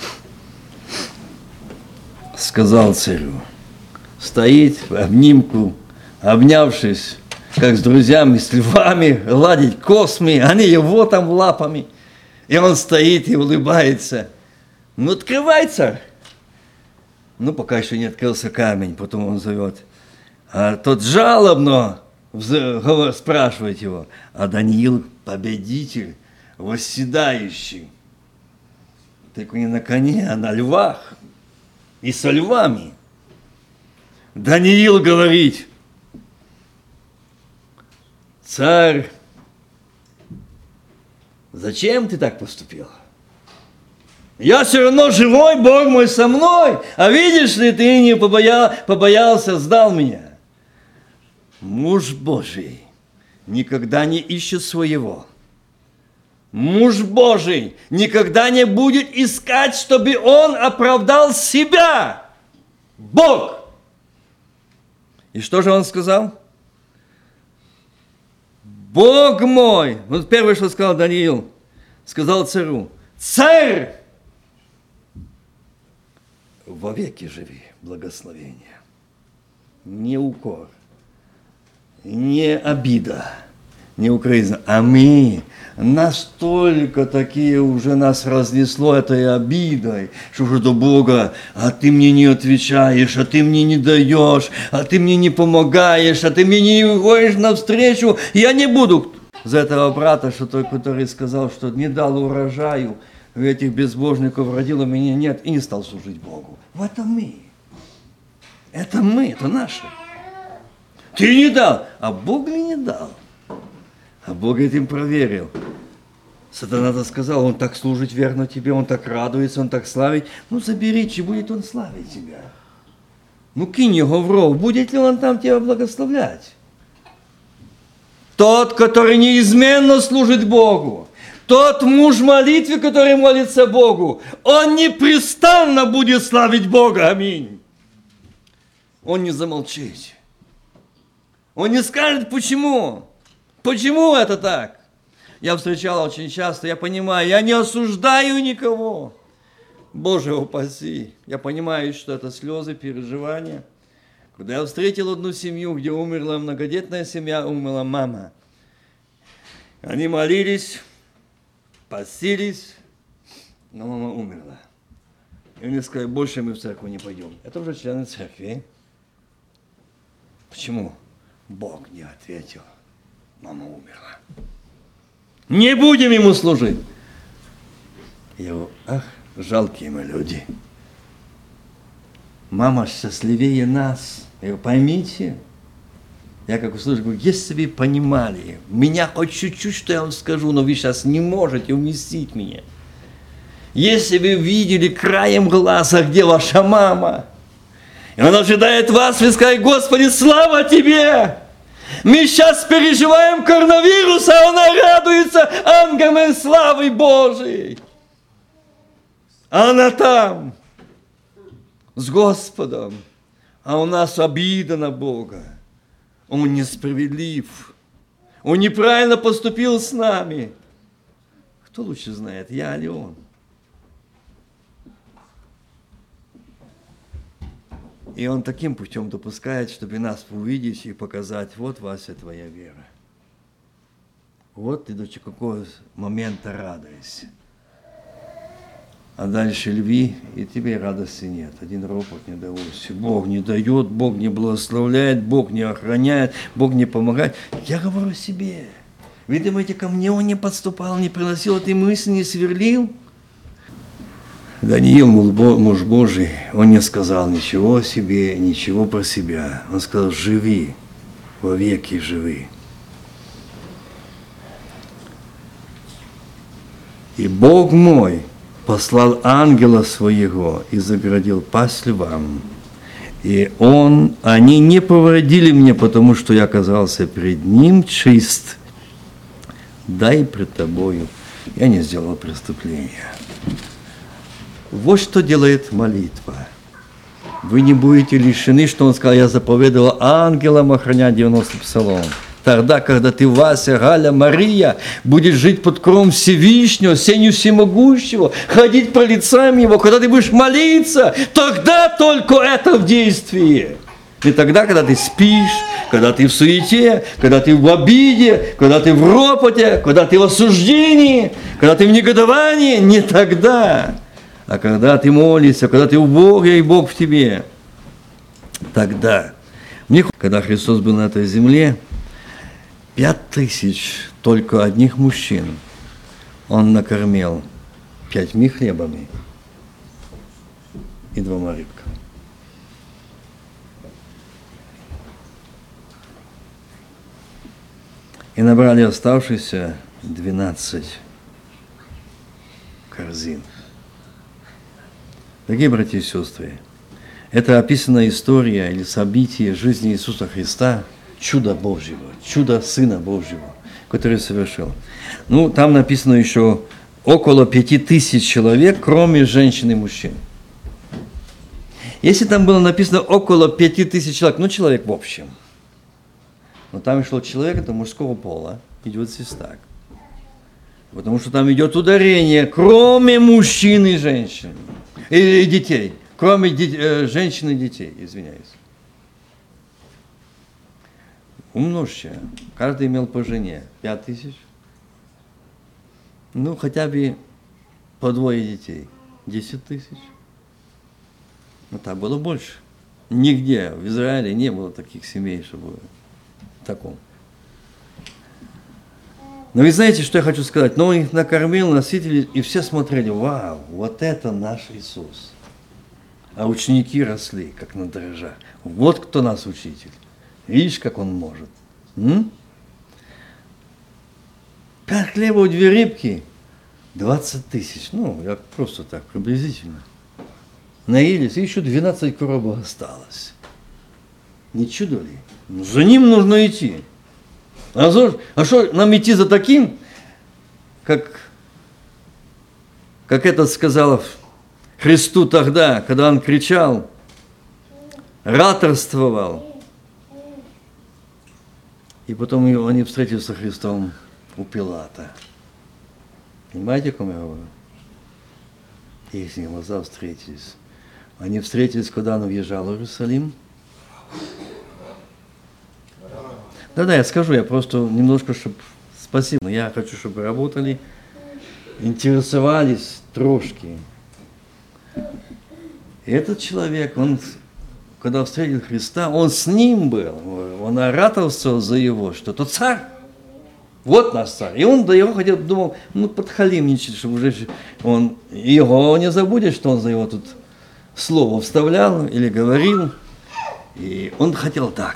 сказал царю, стоит в обнимку, обнявшись, как с друзьями, с львами, ладить косми, они его там лапами. И он стоит и улыбается. Ну, открывай, царь. Ну, пока еще не открылся камень, потом он зовет. А тот жалобно спрашивает его, а Даниил победитель, восседающий. Только не на коне, а на львах. И со львами. Даниил говорит, царь, зачем ты так поступил? Я все равно живой, Бог мой со мной. А видишь ли, ты не побоя... побоялся, сдал меня. Муж Божий никогда не ищет своего. Муж Божий никогда не будет искать, чтобы он оправдал себя. Бог. И что же он сказал? Бог мой. Вот первое, что сказал Даниил, сказал царю, царь, вовеки живи, благословение. Не укор, не обида, не укоризна, а мы настолько такие уже нас разнесло этой обидой, что уже до Бога, а ты мне не отвечаешь, а ты мне не даешь, а ты мне не помогаешь, а ты мне не ходишь навстречу, я не буду. За этого брата, что тот, который сказал, что не дал урожаю, у этих безбожников родил, у меня нет, и не стал служить Богу. В этом мы. Это мы, это наши. Ты не дал, а Бог ли не дал? А Бог этим проверил. Сатана-то сказал, он так служит верно тебе, он так радуется, он так славит. Ну, забери, чи будет он славить тебя. Ну, кинь его в ров, будет ли он там тебя благословлять? Тот, который неизменно служит Богу, тот муж в молитве, который молится Богу, он непрестанно будет славить Бога. Аминь. Он не замолчит. Он не скажет, почему. Почему это так? Я встречал очень часто, я понимаю, я не осуждаю никого. Боже упаси. Я понимаю, что это слезы, переживания. Когда я встретил одну семью, где умерла многодетная семья, умерла мама. Они молились, постились, но мама умерла. И они сказали, больше мы в церковь не пойдем. Это уже члены церкви. Почему? Бог не ответил. Мама умерла. Не будем ему служить. Я говорю, ах, жалкие мы люди. Мама счастливее нас. Я говорю, поймите. Я как услышал, говорю, если бы вы понимали, меня хоть чуть-чуть, что я вам скажу, но вы сейчас не можете уместить меня. Если бы вы видели краем глаза, где ваша мама, и она ожидает вас, вы скажете, Господи, слава Тебе! Мы сейчас переживаем коронавирус, а она радуется ангелам славы Божией. Она там, с Господом, а у нас обида на Бога. Он несправедлив. Он неправильно поступил с нами. Кто лучше знает, я или он? И он таким путем допускает, чтобы нас увидеть и показать, вот, Вася, твоя вера. Вот ты до какого момента радуешься. А дальше льви, и тебе радости нет. Один ропот, недовольствие. Бог не дает, Бог не благословляет, Бог не охраняет, Бог не помогает. Я говорю себе. Вы думаете, ко мне он не подступал, не приносил этой мысли, не сверлил? Даниил, муж Божий, он не сказал ничего о себе, ничего про себя. Он сказал, живи, вовеки живи. И Бог мой послал ангела своего и заградил пасть львам. И он, они не повредили мне, потому что я оказался перед ним чист. Да и пред тобою я не сделал преступления. Вот что делает молитва. Вы не будете лишены, что он сказал, я заповедовал ангелам охранять девяностый псалом. Тогда, когда ты, Вася, Галя, Мария, будешь жить под кровом Всевышнего, сенью всемогущего, ходить по лицам его, когда ты будешь молиться, тогда только это в действии. Не тогда, когда ты спишь, когда ты в суете, когда ты в обиде, когда ты в ропоте, когда ты в осуждении, когда ты в негодовании, не тогда. А когда ты молишься, когда ты в Боге, и Бог в тебе, тогда. Мне, когда Христос был на этой земле, пять тысяч только одних мужчин он накормил пятьми хлебами и двумя рыбками. И набрали оставшиеся двенадцать корзин. Дорогие братья и сестры, это описанная история или событие жизни Иисуса Христа, чудо Божьего, чудо Сына Божьего, который совершил. Ну, там написано еще около пяти тысяч человек, кроме женщин и мужчин. Если там было написано около пяти тысяч человек, ну, человек в общем, но там шло человек, это мужского пола, идет здесь так. Потому что там идет ударение, кроме мужчин и женщин. И детей, кроме детей, женщин и детей, извиняюсь. Умножьте. Каждый имел по жене пять тысяч. Ну, хотя бы по двое детей. Десять тысяч. Ну, так было больше. Нигде в Израиле не было таких семей, чтобы в таком. Но вы знаете, что я хочу сказать? Но он их накормил, насытили, и все смотрели, вау, вот это наш Иисус. А ученики росли, как на дрожжах. Вот кто нас учитель. Видишь, как он может. М? Пять хлебов, две рыбки. двадцать тысяч, ну, я просто так, приблизительно. Наелись, и еще двенадцать коробок осталось. Не чудо ли? Ну, за ним нужно идти. А что а что нам идти за таким, как, как этот сказал Христу тогда, когда он кричал, ораторствовал. И потом они встретились со Христом у Пилата. Понимаете, о ком я говорю? Их глаза встретились. Они встретились, когда он въезжал в Иерусалим. Да-да, я скажу, я просто немножко, чтобы... Спасибо, я хочу, чтобы работали, интересовались трошки. И этот человек, он, когда встретил Христа, он с ним был, он ораторствовал за его, что то царь. Вот наш царь. И он до его хотел, думал, ну, подхалимничать, чтобы уже он его не забудет, что он за его тут слово вставлял или говорил. И он хотел так.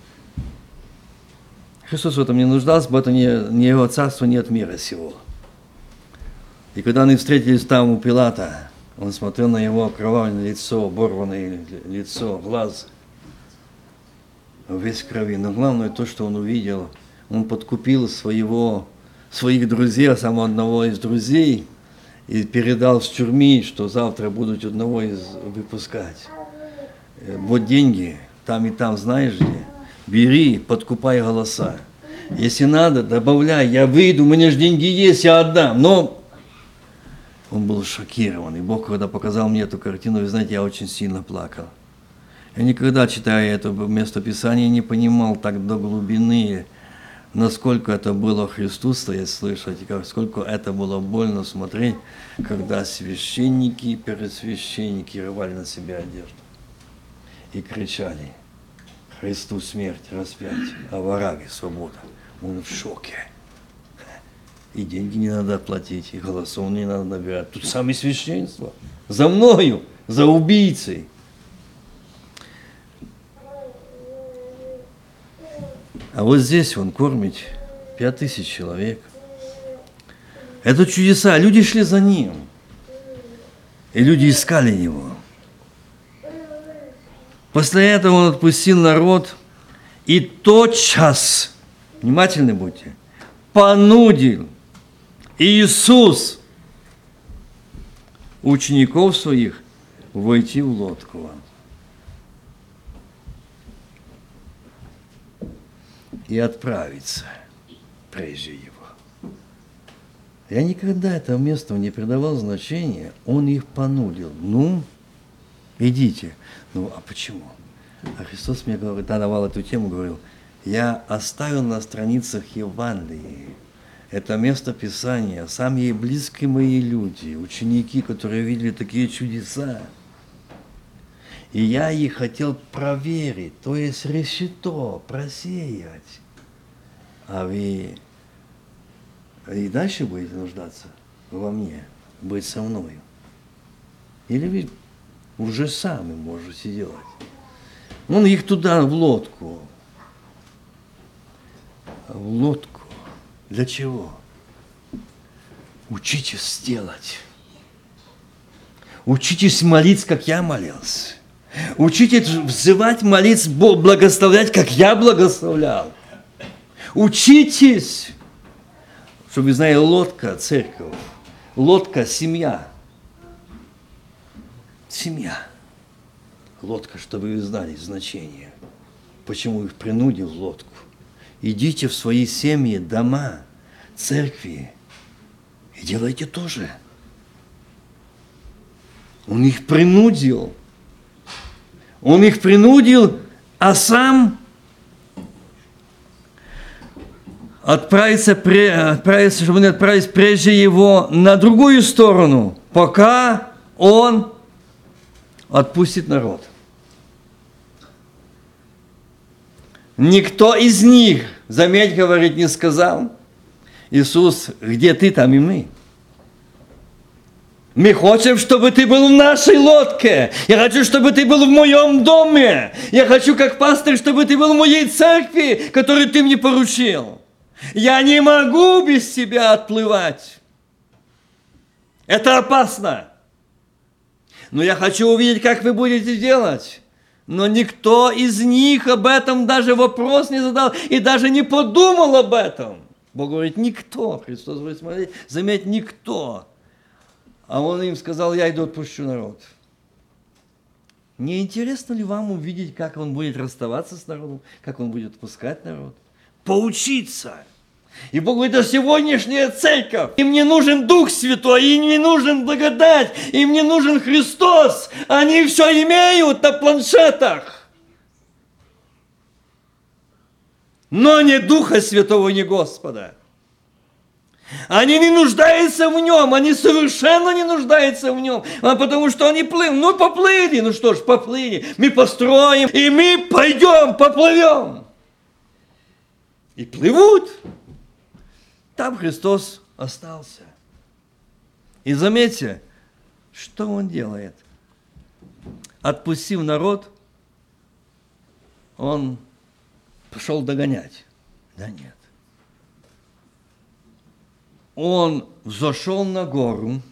Христос в этом не нуждался, потому что не, не его царство, не от мира сего. И когда они встретились там у Пилата, он смотрел на его окровавленное лицо, оборванное лицо, глаз, весь в крови. Но главное то, что он увидел, он подкупил своего, своих друзей, самого одного из друзей, и передал с тюрьмы, что завтра будут одного из выпускать. Вот деньги, там и там, знаешь где, бери, подкупай голоса. Если надо, добавляй, я выйду, у меня же деньги есть, я отдам. Но он был шокирован. И Бог, когда показал мне эту картину, вы знаете, я очень сильно плакал. Я никогда, читая это местописание, не понимал так до глубины, насколько это было Христу стоять слышать, и сколько это было больно смотреть, когда священники и первосвященники рвали на себя одежду и кричали: Христу смерть, распятие, а враге свобода. Он в шоке. И деньги не надо платить, и голосов не надо набирать. Тут самое священство. За мною, за убийцей. А вот здесь он кормит пять тысяч человек. Это чудеса. Люди шли за ним. И люди искали его. После этого он отпустил народ и тотчас, внимательны будьте, понудил Иисус учеников своих войти в лодку и отправиться прежде его. Я никогда этого места не придавал значения, он их понудил. Ну, идите. Ну, а почему? А Христос мне говорит, да, давал эту тему, говорил, я оставил на страницах Евангелия это место Писания, самые близкие мои люди, ученики, которые видели такие чудеса. И я их хотел проверить, то есть решето, просеять. А вы и дальше будете нуждаться во мне, быть со мною? Или вы уже сами можете делать? Он их туда, в лодку. В лодку. Для чего? Учитесь делать. Учитесь молиться, как я молился. Учитесь взывать, молиться, благословлять, как я благословлял. Учитесь, чтобы вы знали, лодка, церковь, лодка, семья. Семья. Лодка, чтобы вы знали значение. Почему их принудил в лодку. Идите в свои семьи, дома, церкви и делайте то же. Он их принудил. Он их принудил, а сам отправиться, отправиться, чтобы они отправились прежде его на другую сторону, пока он отпустит народ. Никто из них, заметь, говорит, не сказал: Иисус, где ты, там и мы. Мы хотим, чтобы ты был в нашей лодке. Я хочу, чтобы ты был в моем доме. Я хочу, как пастырь, чтобы ты был в моей церкви, которую ты мне поручил. Я не могу без тебя отплывать. Это опасно. Но я хочу увидеть, как вы будете делать. Но никто из них об этом даже вопрос не задал и даже не подумал об этом. Бог говорит, никто. Христос говорит, смотрите, заметь, никто. А он им сказал, я иду отпущу народ. Не интересно ли вам увидеть, как он будет расставаться с народом, как он будет отпускать народ? Поучиться. И Бог говорит, это сегодняшняя церковь. Им не нужен Дух Святой, им не нужен благодать, им не нужен Христос. Они все имеют на планшетах. Но не Духа Святого, не Господа. Они не нуждаются в нем, они совершенно не нуждаются в нем, а потому что они плывут. Ну, поплыли, ну что ж, поплыли. Мы построим, и мы пойдем, поплывем. И плывут. Там Христос остался. И заметьте, что он делает. Отпустив народ, он пошел догонять. Да нет. Он взошел на гору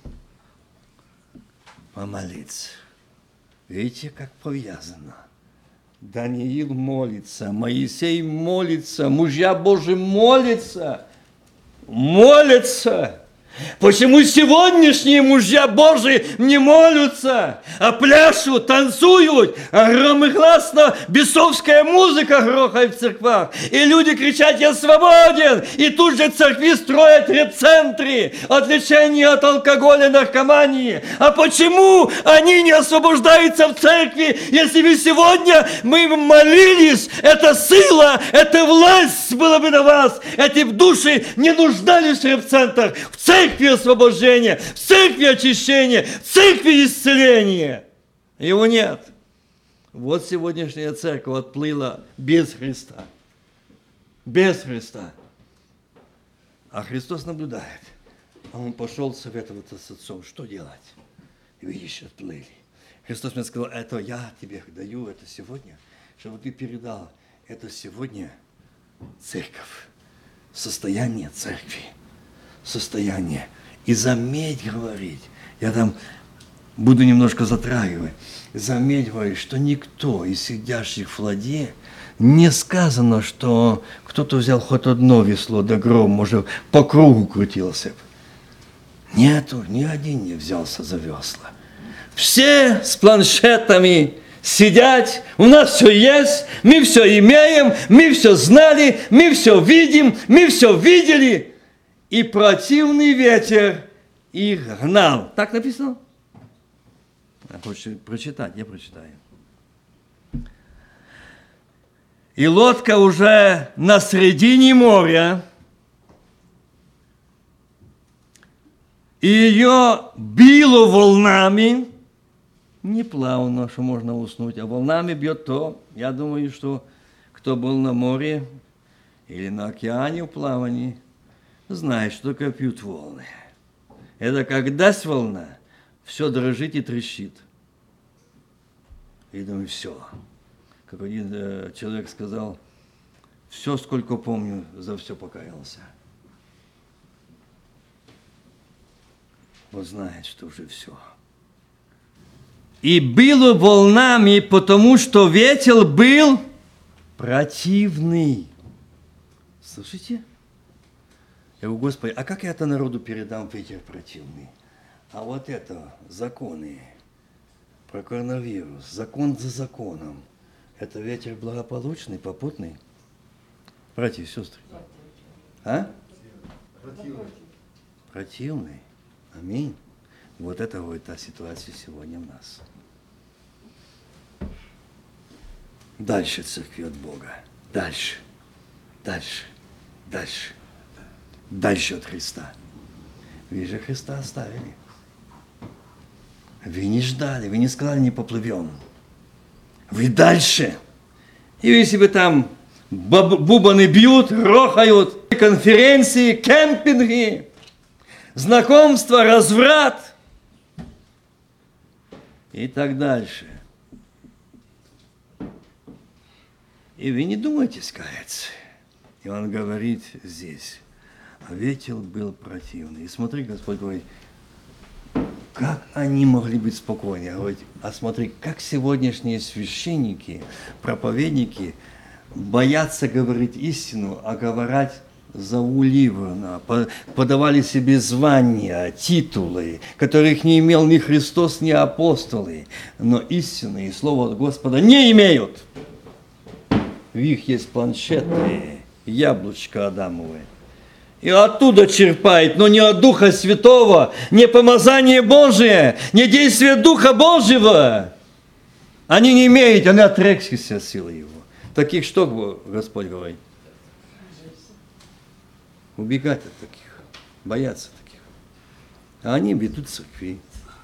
помолиться. Видите, как повязано. Даниил молится, Моисей молится, мужья Божьи молятся. Молятся. Почему сегодняшние мужья Божьи не молятся, а пляшут, танцуют, а громогласно бесовская музыка грохает в церквах, и люди кричат «Я свободен!» И тут же церкви строят репцентры от лечения от алкоголя, наркомании. А почему они не освобождаются в церкви, если бы сегодня мы молились, это сила, это власть была бы на вас, эти души не нуждались в репцентрах, в церкви, в церкви освобождения, в церкви очищения, в церкви исцеления. Его нет. Вот сегодняшняя церковь отплыла без Христа. Без Христа. А Христос наблюдает. А он пошел советоваться с отцом, что делать. И видишь, отплыли. Христос мне сказал, это я тебе даю, это сегодня, чтобы ты передал. Это сегодня церковь. Состояние церкви. Состояние. И заметь, говорить, я там буду немножко затрагивать, заметь, говорить, что никто из сидящих в ладье не сказано, что кто-то взял хоть одно весло, да гром, может, по кругу крутился. Нету, ни один не взялся за весла. Все с планшетами сидят, у нас все есть, мы все имеем, мы все знали, мы все видим, мы все видели. И противный ветер их гнал. Так написано? А хочешь прочитать? Я прочитаю. И лодка уже на середине моря, и ее било волнами, не плавно, что можно уснуть, а волнами бьет то. Я думаю, что кто был на море или на океане в плавании, знает, что такое пьют волны. Это как даст волна, все дрожит и трещит. И думаю, все. Как один э, человек сказал, все, сколько помню, за все покаялся. Вот знает, что уже все. И было волнами, потому что ветер был противный. Слышите? Я говорю, Господи, а как я это народу передам, ветер противный? А вот это, законы про коронавирус, закон за законом. Это ветер благополучный, попутный? Братья и сестры. А? Противный. Противный. Аминь. Вот это вот та ситуация сегодня у нас. Дальше церкви от Бога. Дальше. Дальше. Дальше. Дальше от Христа. Вы же Христа оставили. Вы не ждали, вы не сказали, не поплывем. Вы дальше. И если вы там бубаны бьют, рохают, конференции, кемпинги, знакомства, разврат и так дальше. И вы не думаете скаяться. И он говорит здесь, а ветер был противный. И смотри, Господь говорит, Как они могли быть спокойны? Говорить, а смотри, как сегодняшние священники, проповедники боятся говорить истину, а говорят зауливано, подавали себе звания, титулы, которых не имел ни Христос, ни апостолы, но истины и Слово Господа не имеют. В них есть планшеты, яблочко Адамовое. И оттуда черпает, но не от Духа Святого, не помазание Божие, не действие Духа Божьего. Они не имеют, они отрекшись от силы Его. Таких что Господь говорит? Убегать от таких, бояться таких. А они ведут церкви.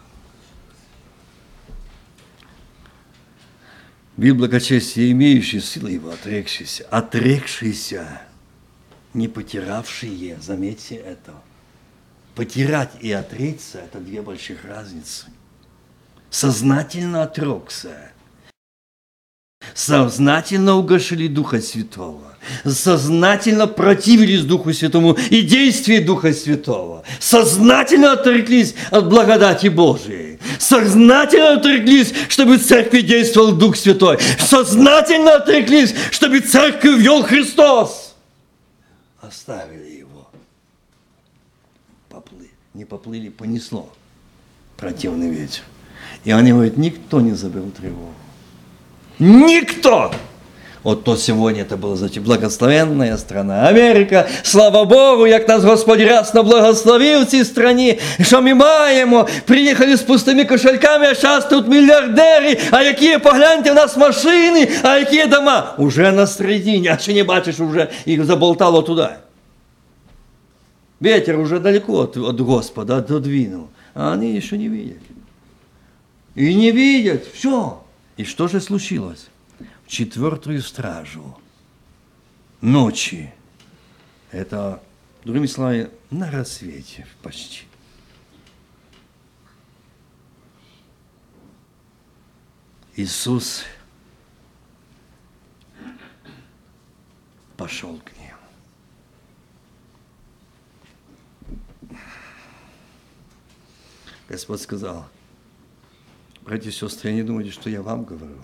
Бил благочестие, имеющий силы Его, отрекшийся, отрекшийся. Не потиравшие, заметьте это. Потирать и отречься – это две больших разницы. Сознательно отрекся. Сознательно угошили Духа Святого. Сознательно противились Духу Святому и действию Духа Святого. Сознательно отреклись от благодати Божией. Сознательно отреклись, чтобы в церкви действовал Дух Святой. Сознательно отреклись, чтобы церковь вел Христос. Оставили его. Поплыли. Не поплыли, понесло. Противный ветер. И они говорят, никто не забыл тревогу. Никто! Вот то сегодня это была, значит, благословенная страна Америка. Слава Богу, як нас Господь раз благословив в цій страні, що ми маємо. Приїхали з пустими кошельками, а зараз тут мільярдери. А які, погляньте, у нас машини, а які дома? Уже на середині, а ще не бачиш, уже їх заболтало туди. Ветер уже далеко от, от Господа отодвинул, а они еще не видят. И не видят, все. И что же случилось? В четвертую стражу ночи, это, другими словами, на рассвете почти, Иисус пошел к ним. Господь сказал, братья и сестры, не думайте, что я вам говорю.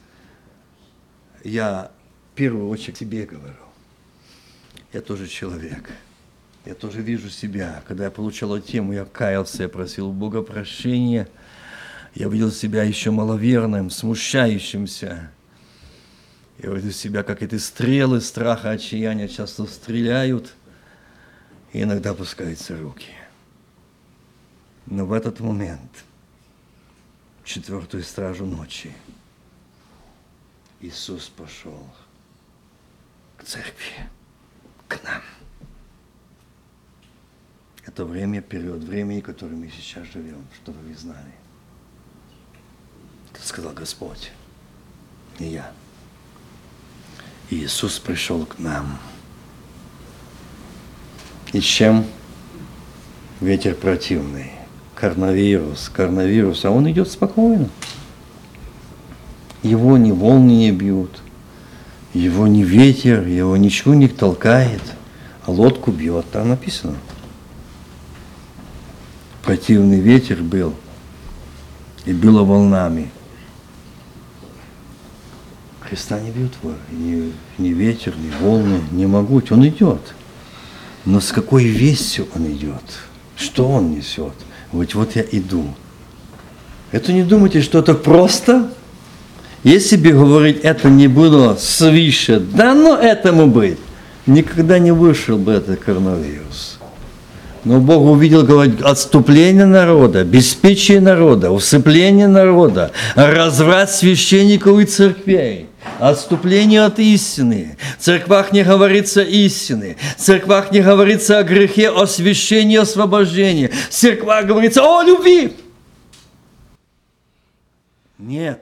Я в первую очередь себе говорю. Я тоже человек. Я тоже вижу себя. Когда я получал эту тему, я каялся, я просил у Бога прощения. Я видел себя еще маловерным, смущающимся. Я видел себя, как эти стрелы страха, отчаяния часто стреляют, и иногда опускаются руки. Но в этот момент, в четвертую стражу ночи, Иисус пошел к церкви, к нам. Это время, период времени, в котором мы сейчас живем, чтобы вы знали. Это сказал Господь, не я. И Иисус пришел к нам. И с чем? Ветер противный. Коронавирус, коронавирус, а он идет спокойно. Его ни волны не бьют, его ни ветер, его ничего не толкает, а лодку бьет, там написано. Противный ветер был, и било волнами. Христа не бьют ни, ни ветер, ни волны, не могут, он идет. Но с какой вестью он идет? Что он несет? Вот, вот я иду. Это не думайте, что это просто. Если бы говорить, это не было свыше, да ну этому быть, никогда не вышел бы этот коронавирус. Но Бог увидел, говорит, отступление народа, беспечие народа, усыпление народа, разврат священников и церквей, отступление от истины. В церквах не говорится истины, в церквах не говорится о грехе, о священии, освобождении. В церквах говорится о любви. Нет.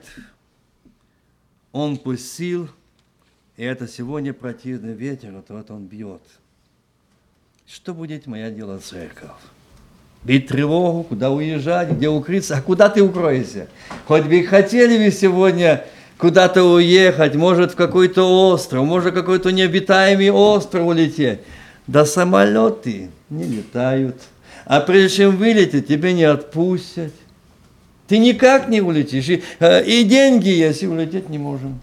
Он пустил, и это сегодня противный ветер, вот, вот он бьет. Что будет моя дело церковь? Бить тревогу, куда уезжать, где укрыться? А куда ты укроешься? Хоть бы хотели вы сегодня куда-то уехать, может в какой-то остров, может какой-то необитаемый остров улететь. Да самолеты не летают. А прежде чем вылететь, тебя не отпустят. Ты никак не улетишь. И, и деньги есть, и улететь не можем.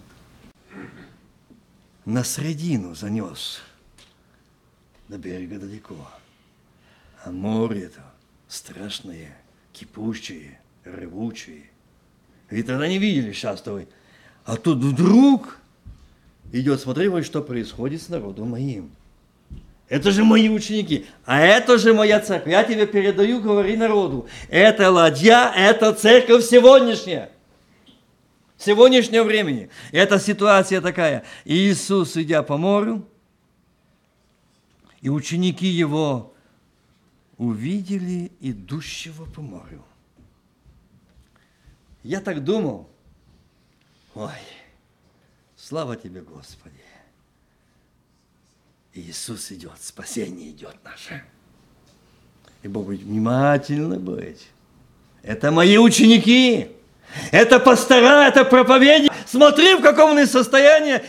На средину занес. До берега далеко. А море-то страшное, кипучее, ревучее. Ведь тогда не видели счастливы. А тут вдруг идет, смотри, вот что происходит с народом моим. Это же мои ученики, а это же моя церковь. Я тебе передаю, говори народу. Это ладья, это церковь сегодняшняя. Сегодняшнего времени. Это ситуация такая. Иисус, идя по морю, и ученики его увидели идущего по морю. Я так думал, ой, слава тебе, Господи. Иисус идет, спасение идет наше. И Бог говорит, внимательно быть. Это мои ученики, это пастора, это проповедники. Смотри, в каком они состоянии.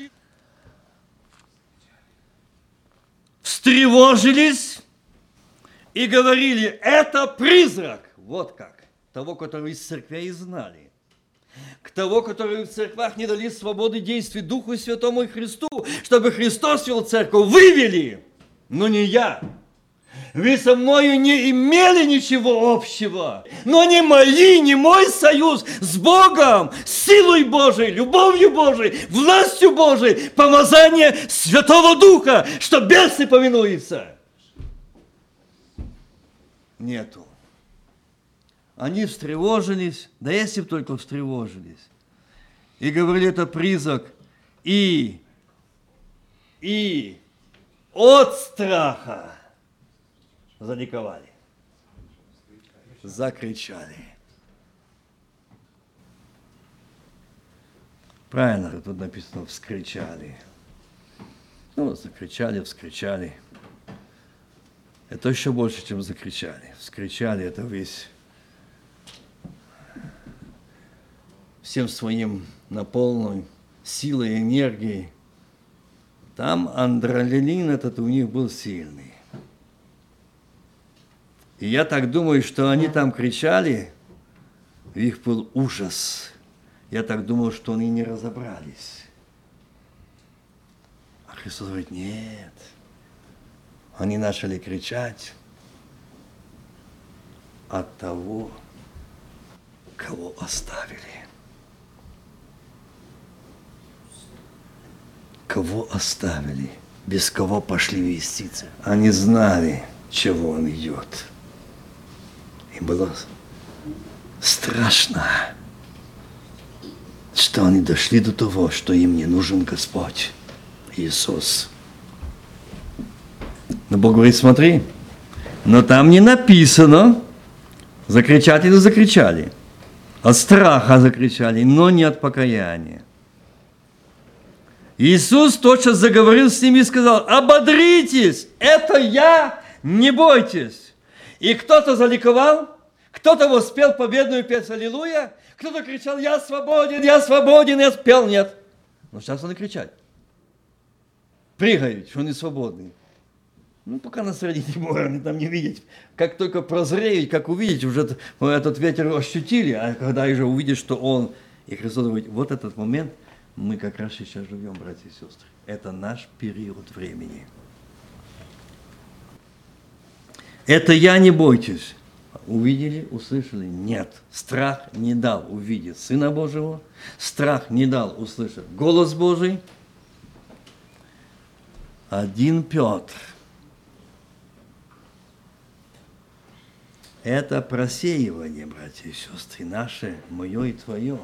Встревожились и говорили, это призрак. Вот как. Того, которого из церквей знали. К того, которые в церквах не дали свободы действий Духу Святому и Христу, чтобы Христос вел церковь, вывели, но не я. Вы со мною не имели ничего общего, но ни мои, ни мой союз с Богом, силой Божией, любовью Божией, властью Божией, помазание Святого Духа, что бесы повинуются. Нету. Они встревожились, да если бы только встревожились, и говорили, это призрак, и, и от страха заликовали, закричали. Правильно тут написано, вскричали. Ну, закричали, вскричали. Это еще больше, чем закричали. Вскричали, это весь... всем своим наполненным силой и энергией. Там адреналин этот у них был сильный. И я так думаю, что они там кричали, у них был ужас. Я так думал, что они не разобрались. А Христос говорит, нет. Они начали кричать от того, кого оставили. Кого оставили, без кого пошли веститься. Они знали, чего он идет. Им было страшно, что они дошли до того, что им не нужен Господь Иисус. Но Бог говорит, смотри, но там не написано, закричать или закричали. От страха закричали, но не от покаяния. Иисус тотчас заговорил с ними и сказал, ободритесь, это я, не бойтесь. И кто-то заликовал, кто-то воспел победную песню «Аллилуйя», кто-то кричал, я свободен, я свободен, я спел, нет. Но сейчас он и кричать. Прыгают, что они свободны. Ну, пока на середине моря они там не видят. Как только прозреют, как увидеть, уже этот ветер ощутили, а когда уже увидят, что он, и Христос говорит, вот этот момент, мы как раз сейчас живем, братья и сестры. Это наш период времени. Это я, не бойтесь. Увидели, услышали? Нет. Страх не дал увидеть Сына Божьего. Страх не дал услышать голос Божий. Один Петр. Это просеивание, братья и сестры, наше, мое и твое.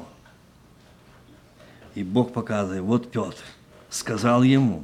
И Бог показывает, вот Петр сказал ему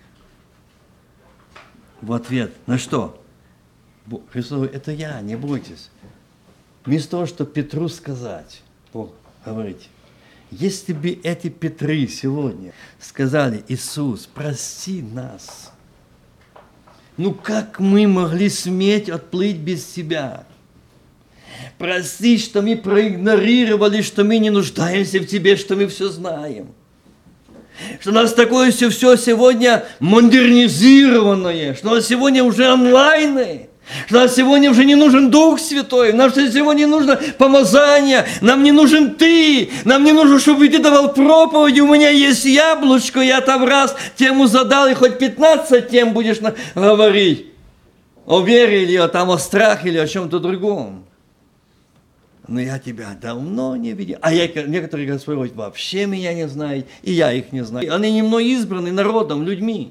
в ответ, на что? Христос говорит, это я, не бойтесь. Вместо того, чтобы Петру сказать, Бог говорит, если бы эти Петры сегодня сказали, Иисус, прости нас, ну как мы могли сметь отплыть без Тебя? Прости, что мы проигнорировали, что мы не нуждаемся в Тебе, что мы все знаем. Что у нас такое все, все сегодня модернизированное, что у нас сегодня уже онлайны. Что нам сегодня уже не нужен Дух Святой, нам сегодня не нужно помазание, нам не нужен Ты, нам не нужно, чтобы Ты давал проповеди, у меня есть яблочко, я там раз тему задал, и хоть пятнадцать тем будешь говорить о вере или о, там, о страхе или о чем-то другом. Но я тебя давно не видел. А я, некоторые Господь вообще меня не знают, и я их не знаю. Они не мной избраны народом, людьми.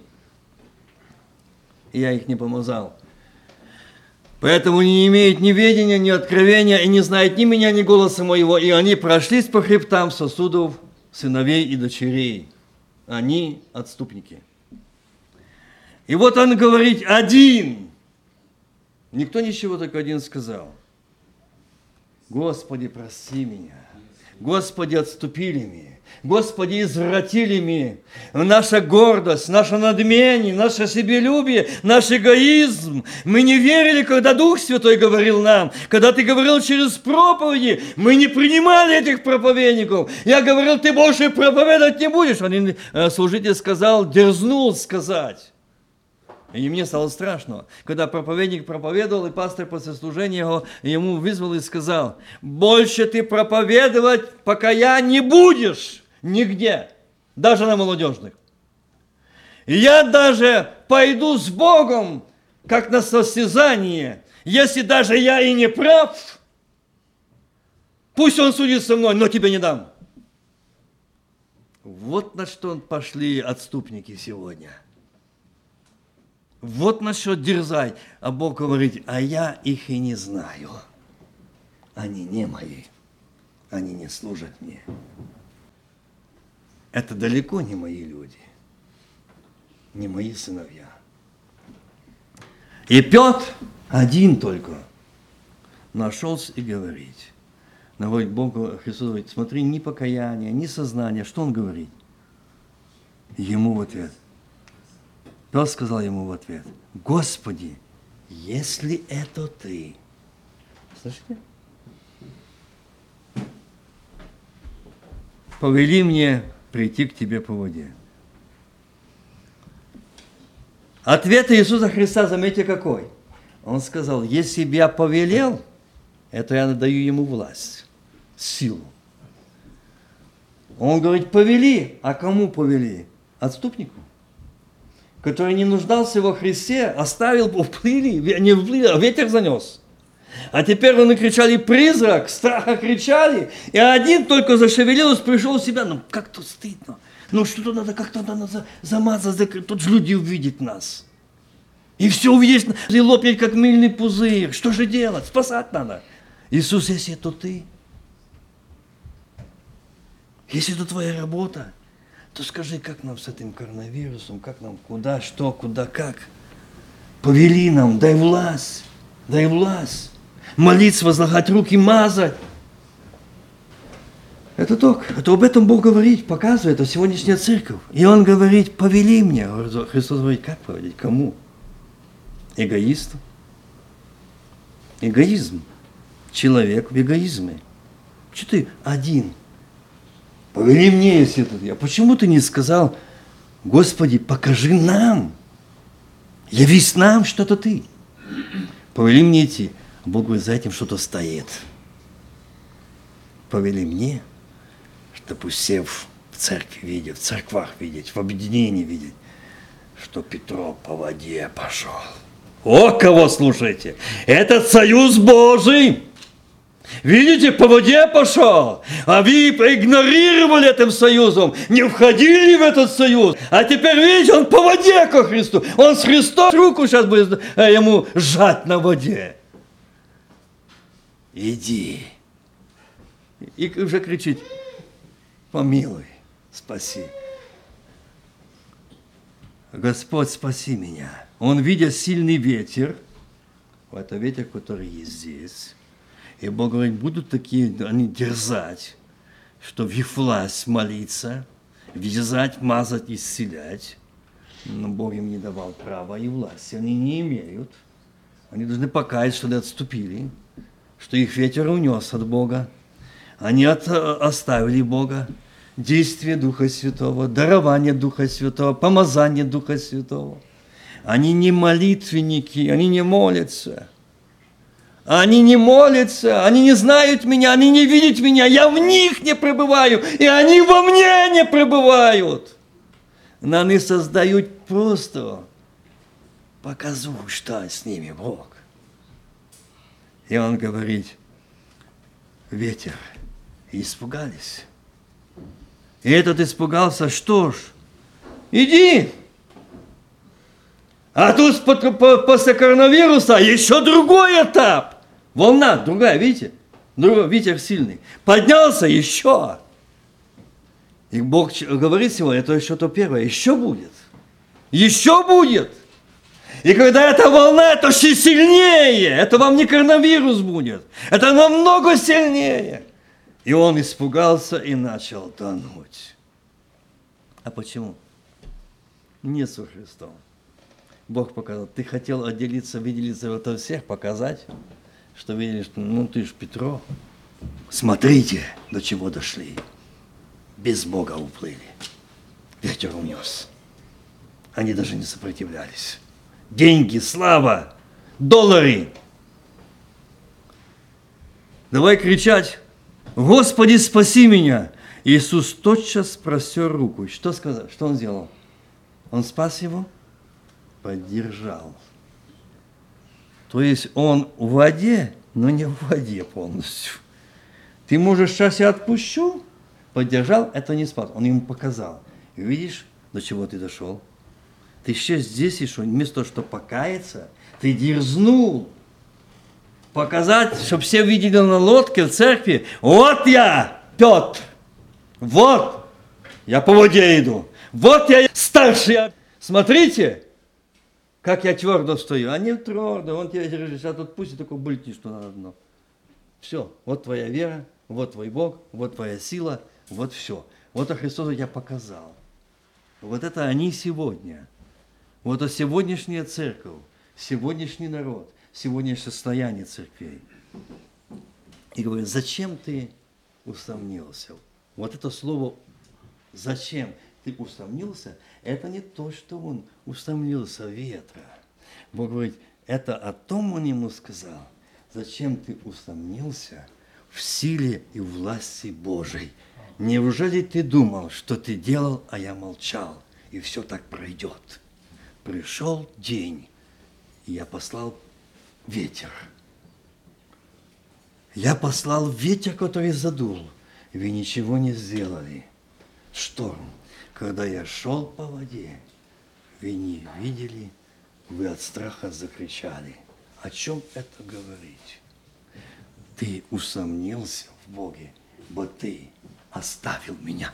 И я их не помазал. Поэтому не имеют ни ведения, ни откровения, и не знают ни меня, ни голоса моего. И они прошлись по хребтам сосудов сыновей и дочерей. Они отступники. И вот он говорит, один. Никто ничего, только один сказал. Господи, прости меня. Господи, отступили мне. Господи, извратили мне. Наша гордость, наше надмение, наше себелюбие, наш эгоизм. Мы не верили, когда Дух Святой говорил нам. Когда Ты говорил через проповеди, мы не принимали этих проповедников. Я говорил, Ты больше проповедовать не будешь. Один служитель сказал, дерзнул сказать. И мне стало страшно, когда проповедник проповедовал, и пастор после служения его, ему вызвал и сказал, больше ты проповедовать, пока я не будешь нигде, даже на молодежных. И я даже пойду с Богом, как на состязание, если даже я и не прав, пусть он судит со мной, но тебе не дам. Вот на что пошли отступники сегодня. Вот на что дерзать. А Бог говорит, а я их и не знаю. Они не мои. Они не служат мне. Это далеко не мои люди. Не мои сыновья. И Петр один только нашелся и говорит. Наводит Богу, Христос говорит, смотри, ни покаяния, ни сознания. Что он говорит? Ему в ответ. Петр сказал ему в ответ, Господи, если это Ты. Слышите? Повели мне прийти к Тебе по воде. Ответ Иисуса Христа, заметьте какой. Он сказал, если бы я повелел, это я даю ему власть, силу. Он говорит, повели. А кому повели? Отступнику, который не нуждался во Христе, оставил, уплыли, не уплыли, а ветер занес. А теперь они кричали призрак, страха кричали, и один только зашевелился, пришел в себя, ну как тут стыдно, ну что-то надо, как-то надо замазать, закрыть, тут же люди увидят нас. И все увидишь, и лопнет, как мыльный пузырь, что же делать, спасать надо. Иисус, если это Ты, если это Твоя работа, то скажи, как нам с этим коронавирусом, как нам, куда, что, куда, как. Повели нам, дай власть, дай власть. Молиться, возлагать руки, мазать. Это так, это об этом Бог говорит, показывает, это сегодняшняя церковь. И Он говорит, повели мне. Христос говорит, как повелить, кому? Эгоисту. Эгоизм. Человек в эгоизме. Что ты один? Повели мне, если это я. Почему ты не сказал, Господи, покажи нам, явись нам, что это Ты. Повели мне идти. А Бог говорит, за этим что-то стоит. Повели мне, чтобы все в церкви видеть, в церквах видеть, в объединении видеть, что Петро по воде пошел. О, кого слушайте! Этот союз Божий! Видите, по воде пошел, а вы проигнорировали этим союзом, не входили в этот союз, а теперь, видите, он по воде ко Христу, он с Христом руку сейчас будет ему сжать на воде. Иди. И уже кричит, помилуй, спаси. Господь, спаси меня. Он, видя сильный ветер, это ветер, который есть здесь, и Бог говорит, будут такие, они дерзать, что в их власть молиться, вязать, мазать, исцелять. Но Бог им не давал права и власти. Они не имеют. Они должны покаяться, что они отступили, что их ветер унес от Бога. Они от, оставили Бога. Действие Духа Святого, дарование Духа Святого, помазание Духа Святого. Они не молитвенники, они не молятся. Они не молятся, они не знают меня, они не видят меня, я в них не пребываю, и они во мне не пребывают. Но они создают просто показуху, что с ними Бог. И он говорит, ветер, и испугались. И этот испугался, что ж, иди. А тут после коронавируса еще другой этап. Волна другая, видите? Другой, ветер сильный. Поднялся еще. И Бог говорит сегодня, это еще то первое, еще будет. Еще будет. И когда эта волна, это еще сильнее. Это вам не коронавирус будет. Это намного сильнее. И он испугался и начал тонуть. А почему? Не со Христом. Бог показал. Ты хотел отделиться, выделиться от всех, показать, что видели, что ну ты ж Петро. Смотрите, до чего дошли. Без Бога уплыли. Ветер унес. Они даже не сопротивлялись. Деньги, слава, доллары. Давай кричать, Господи, спаси меня. Иисус тотчас простер руку. Что сказал? Что он сделал? Он спас его? Поддержал. То есть он в воде, но не в воде полностью. Ты можешь, сейчас я отпущу, поддержал, это не спас. Он ему показал. Видишь, до чего ты дошел? Ты сейчас здесь еще, вместо того, чтобы покаяться, ты дерзнул. Показать, чтобы все видели на лодке в церкви. Вот я, Петр. Вот. Я по воде иду. Вот я старший. Смотрите, как я твердо стою. А не твердо. Он тебя держит. Сейчас тут пусть и такой bulti, что надо дно. Все. Вот твоя вера, вот твой Бог, вот твоя сила, вот все. Вот а Христос тебя показал. Вот это они сегодня. Вот это сегодняшняя церковь, сегодняшний народ, сегодняшнее состояние церквей. И говорит, зачем ты усомнился? Вот это слово «зачем ты усомнился» – это не то, что он усомнился ветра. Бог говорит, это о том он ему сказал, зачем ты усомнился в силе и власти Божией. Неужели ты думал, что ты делал, а я молчал, и все так пройдет? Пришел день, и я послал ветер. Я послал ветер, который задул, и вы ничего не сделали. Шторм. Когда я шел по воде, вы не видели, вы от страха закричали. О чем это говорить? Ты усомнился в Боге, бо ты оставил меня.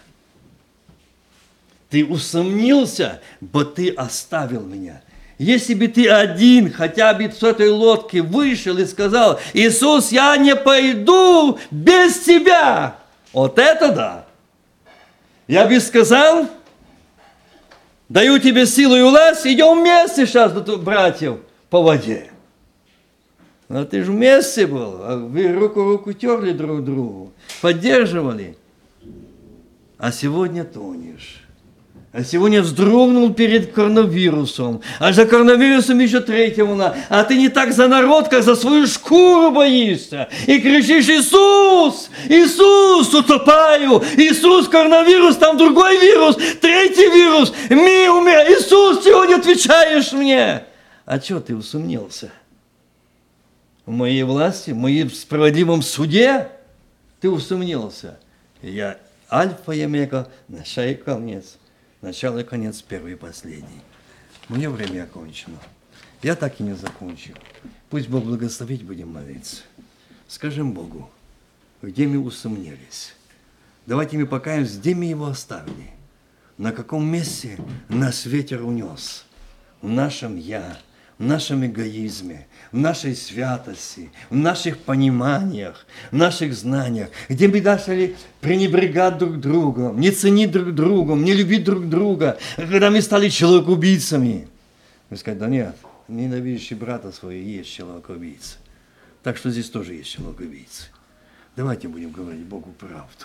Ты усомнился, бо ты оставил меня. Если бы ты один, хотя бы с этой лодки вышел и сказал, Иисус, я не пойду без тебя. Вот это да. Я бы сказал, даю тебе силу и власть, идем вместе сейчас, братьев, по воде. Но ты же вместе был, вы руку руку терли друг другу, поддерживали. А сегодня тонешь. А сегодня вздрогнул перед коронавирусом. А за коронавирусом еще третья волна. А ты не так за народ, как за свою шкуру боишься. И кричишь, Иисус! Иисус, утопаю! Иисус, коронавирус, там другой вирус, третий вирус. Ми умер. Иисус, сегодня отвечаешь мне. А что ты усомнился? В моей власти, в моем справедливом суде ты усомнился. Я альфа и омега, начало и конец. Начало и конец, первый и последний. Мое время окончено. Я так и не закончил. Пусть Бог благословит, будем молиться. Скажем Богу, где мы усомнились. Давайте мы покаемся, где мы его оставили. На каком месте нас ветер унес. В нашем «я», в нашем эгоизме, в нашей святости, в наших пониманиях, в наших знаниях, где мы начали пренебрегать друг другом, не ценить друг другом, не любить друг друга, когда мы стали человекоубийцами. Вы скажете, да нет, ненавидящий брата своего есть человек-убийца. Так что здесь тоже есть человек-убийца. Давайте будем говорить Богу правду.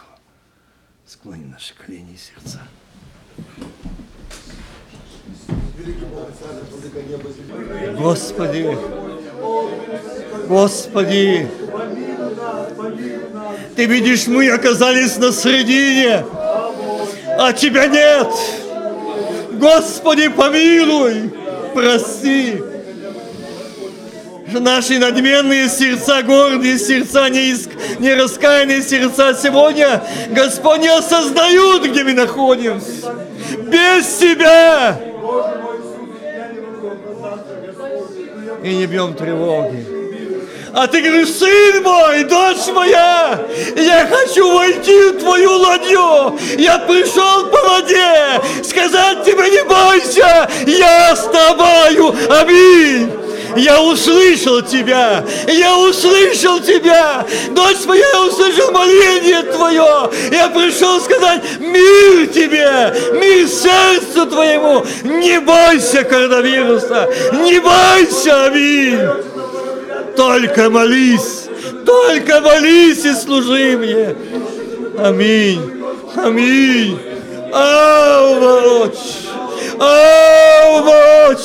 Склоним наши колени и сердца. Великий Бог. Господи, Господи, Ты видишь, мы оказались на середине, а Тебя нет. Господи, помилуй, прости. Наши надменные сердца, гордые сердца, неиск... нераскаянные сердца сегодня, Господь, не осознают, где мы находимся. Без Тебя. И не бьем тревоги. А Ты говоришь: сын мой, дочь моя, я хочу войти в Твою ладью. Я пришел по воде сказать тебе: не бойся, я с тобою. Аминь. Я услышал Тебя, я услышал Тебя, дочь моя, я услышал моление Твое. Я пришел сказать: мир Тебе, мир сердцу Твоему. Не бойся коронавируса, не бойся, аминь. Только молись, только молись и служи мне. Аминь, аминь. Аувоч, аувоч.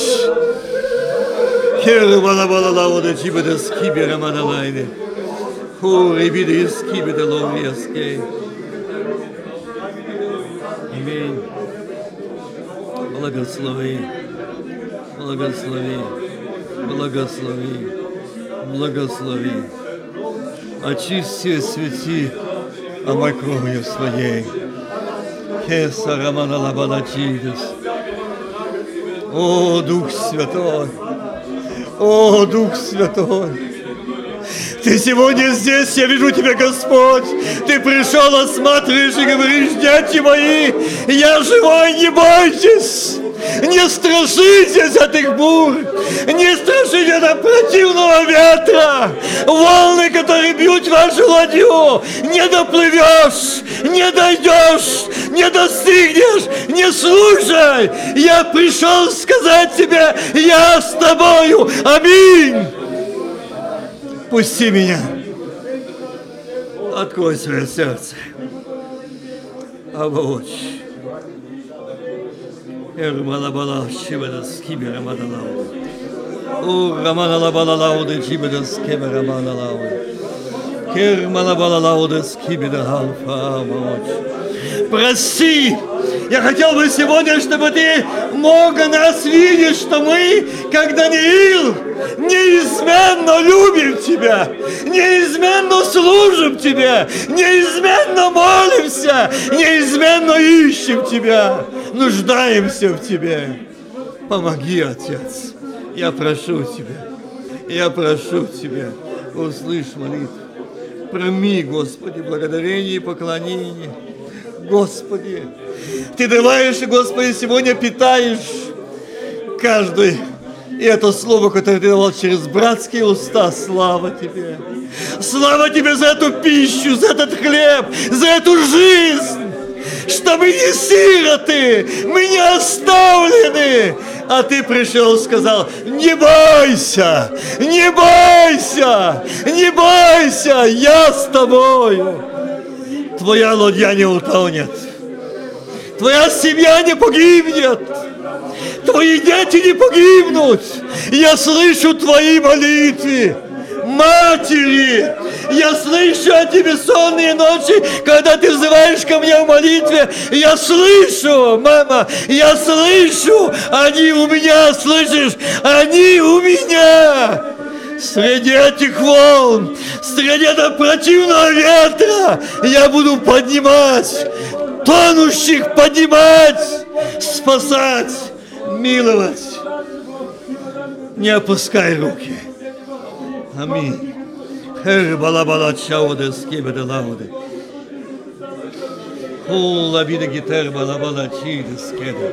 Херу балабала лауда чибеда скибера мадалайне. Хури биде скибеда ловьяскей. Аминь. Благослови, благослови, благослови, благослови. Очисти и святи, омой кровью Своей. Хеса романа лабалачидес. О, Дух Святой! О, Дух Святой! Ты сегодня здесь, я вижу Тебя, Господь. Ты пришел, осматриваешь и говоришь: дети мои, я живой, не бойтесь. Не страшитесь от их бур, не страшитесь от противного ветра. Волны, которые бьют вашу ладью, не доплывешь, не дойдешь, не достигнешь. Не слушай. Я пришел сказать тебе: я с тобою. Аминь. Пусти меня. Открой свое сердце. Авоч. Эрмалабала шибеда скибера мадалау. О, раманалабала лауды чибеда скибера мадалау. Кермалабала лауды скибеда алфа авоч. Прости. Я хотел бы сегодня, чтобы ты мог нас видеть, что мы, как Даниил, неизменно любим Тебя, неизменно служим Тебе, неизменно молимся, неизменно ищем Тебя, нуждаемся в Тебе. Помоги, Отец, я прошу Тебя, я прошу Тебя, услышь молитву. Прими, Господи, благодарение и поклонение. Господи, Ты даваешь, Господи, сегодня питаешь каждый. И это слово, которое Ты давал через братские уста, слава Тебе. Слава Тебе за эту пищу, за этот хлеб, за эту жизнь. Что мы не сироты, мы не оставлены. А Ты пришел и сказал: не бойся, не бойся, не бойся, я с тобою. Твоя ладья не утонет, твоя семья не погибнет, твои дети не погибнут. Я слышу Твои молитвы, матери. Я слышу о Тебе сонные ночи, когда Ты взываешь ко мне в молитве. Я слышу, мама, я слышу. Они у меня, слышишь? Они у меня. Среди этих волн, среди этого противного ветра я буду поднимать, тонущих поднимать, спасать, миловать. Не опускай руки. Аминь. Хер балабала чауде скибеде лауде. Кул лабиде гитер балабала чиде скеде.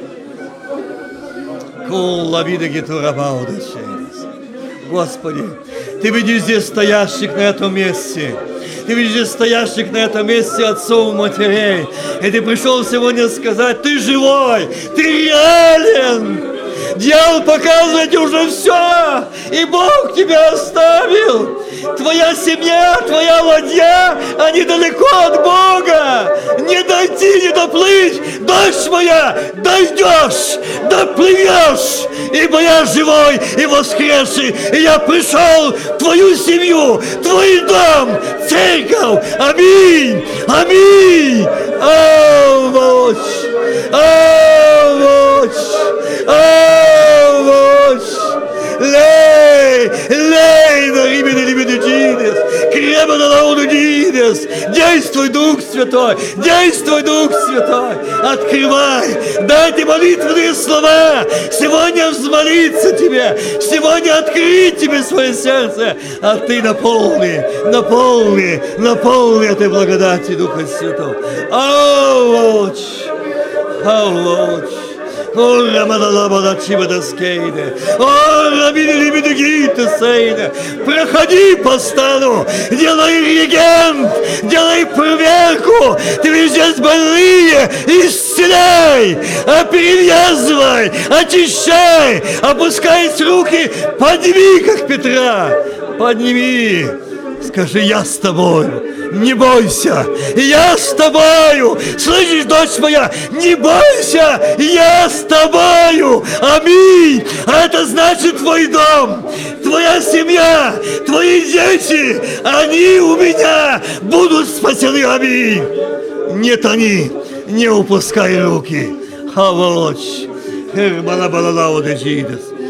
Кул лабиде гитура бауде чедес. Господи, Ты видишь здесь стоящих на этом месте. Ты видишь здесь стоящих на этом месте отцов и матерей. И Ты пришел сегодня сказать: Ты живой, Ты реален. Дьявол показывает уже все. и Бог тебя оставил. Твоя семья, твоя ладья, они далеко от Бога. Не дойти, не доплыть, дочь моя, дойдешь, доплывешь, ибо я живой и воскресший, и я пришел в твою семью, твой дом, церковь. Аминь, аминь. Авоч, авоч, авоч. Лей, лей, на имени либидо Динес, креба на лауду Динес. Действуй, Дух Святой, действуй, Дух Святой. Открывай, дайте молитвенные слова. Сегодня взмолиться тебе, сегодня открыть тебе свое сердце, а ты наполни, наполни, наполни этой благодати Духа Святого. Ауч, ауч. Ora madalaba da чиба да скейне. Ора видели видегиты сейне. Проходи по стану, делай регент, делай проверку. Ты ведь здесь больные, исцеляй, а перевязывай, очищай, опускай с руки, подними, как Петра, подними. Скажи, я с тобой, не бойся, я с тобою. Слышишь, дочь моя, не бойся, я с тобою. Аминь. А это значит твой дом, твоя семья, твои дети, они у меня будут спасены. Аминь. Нет, они, не упускай руки. Халоч. Hermana balala o de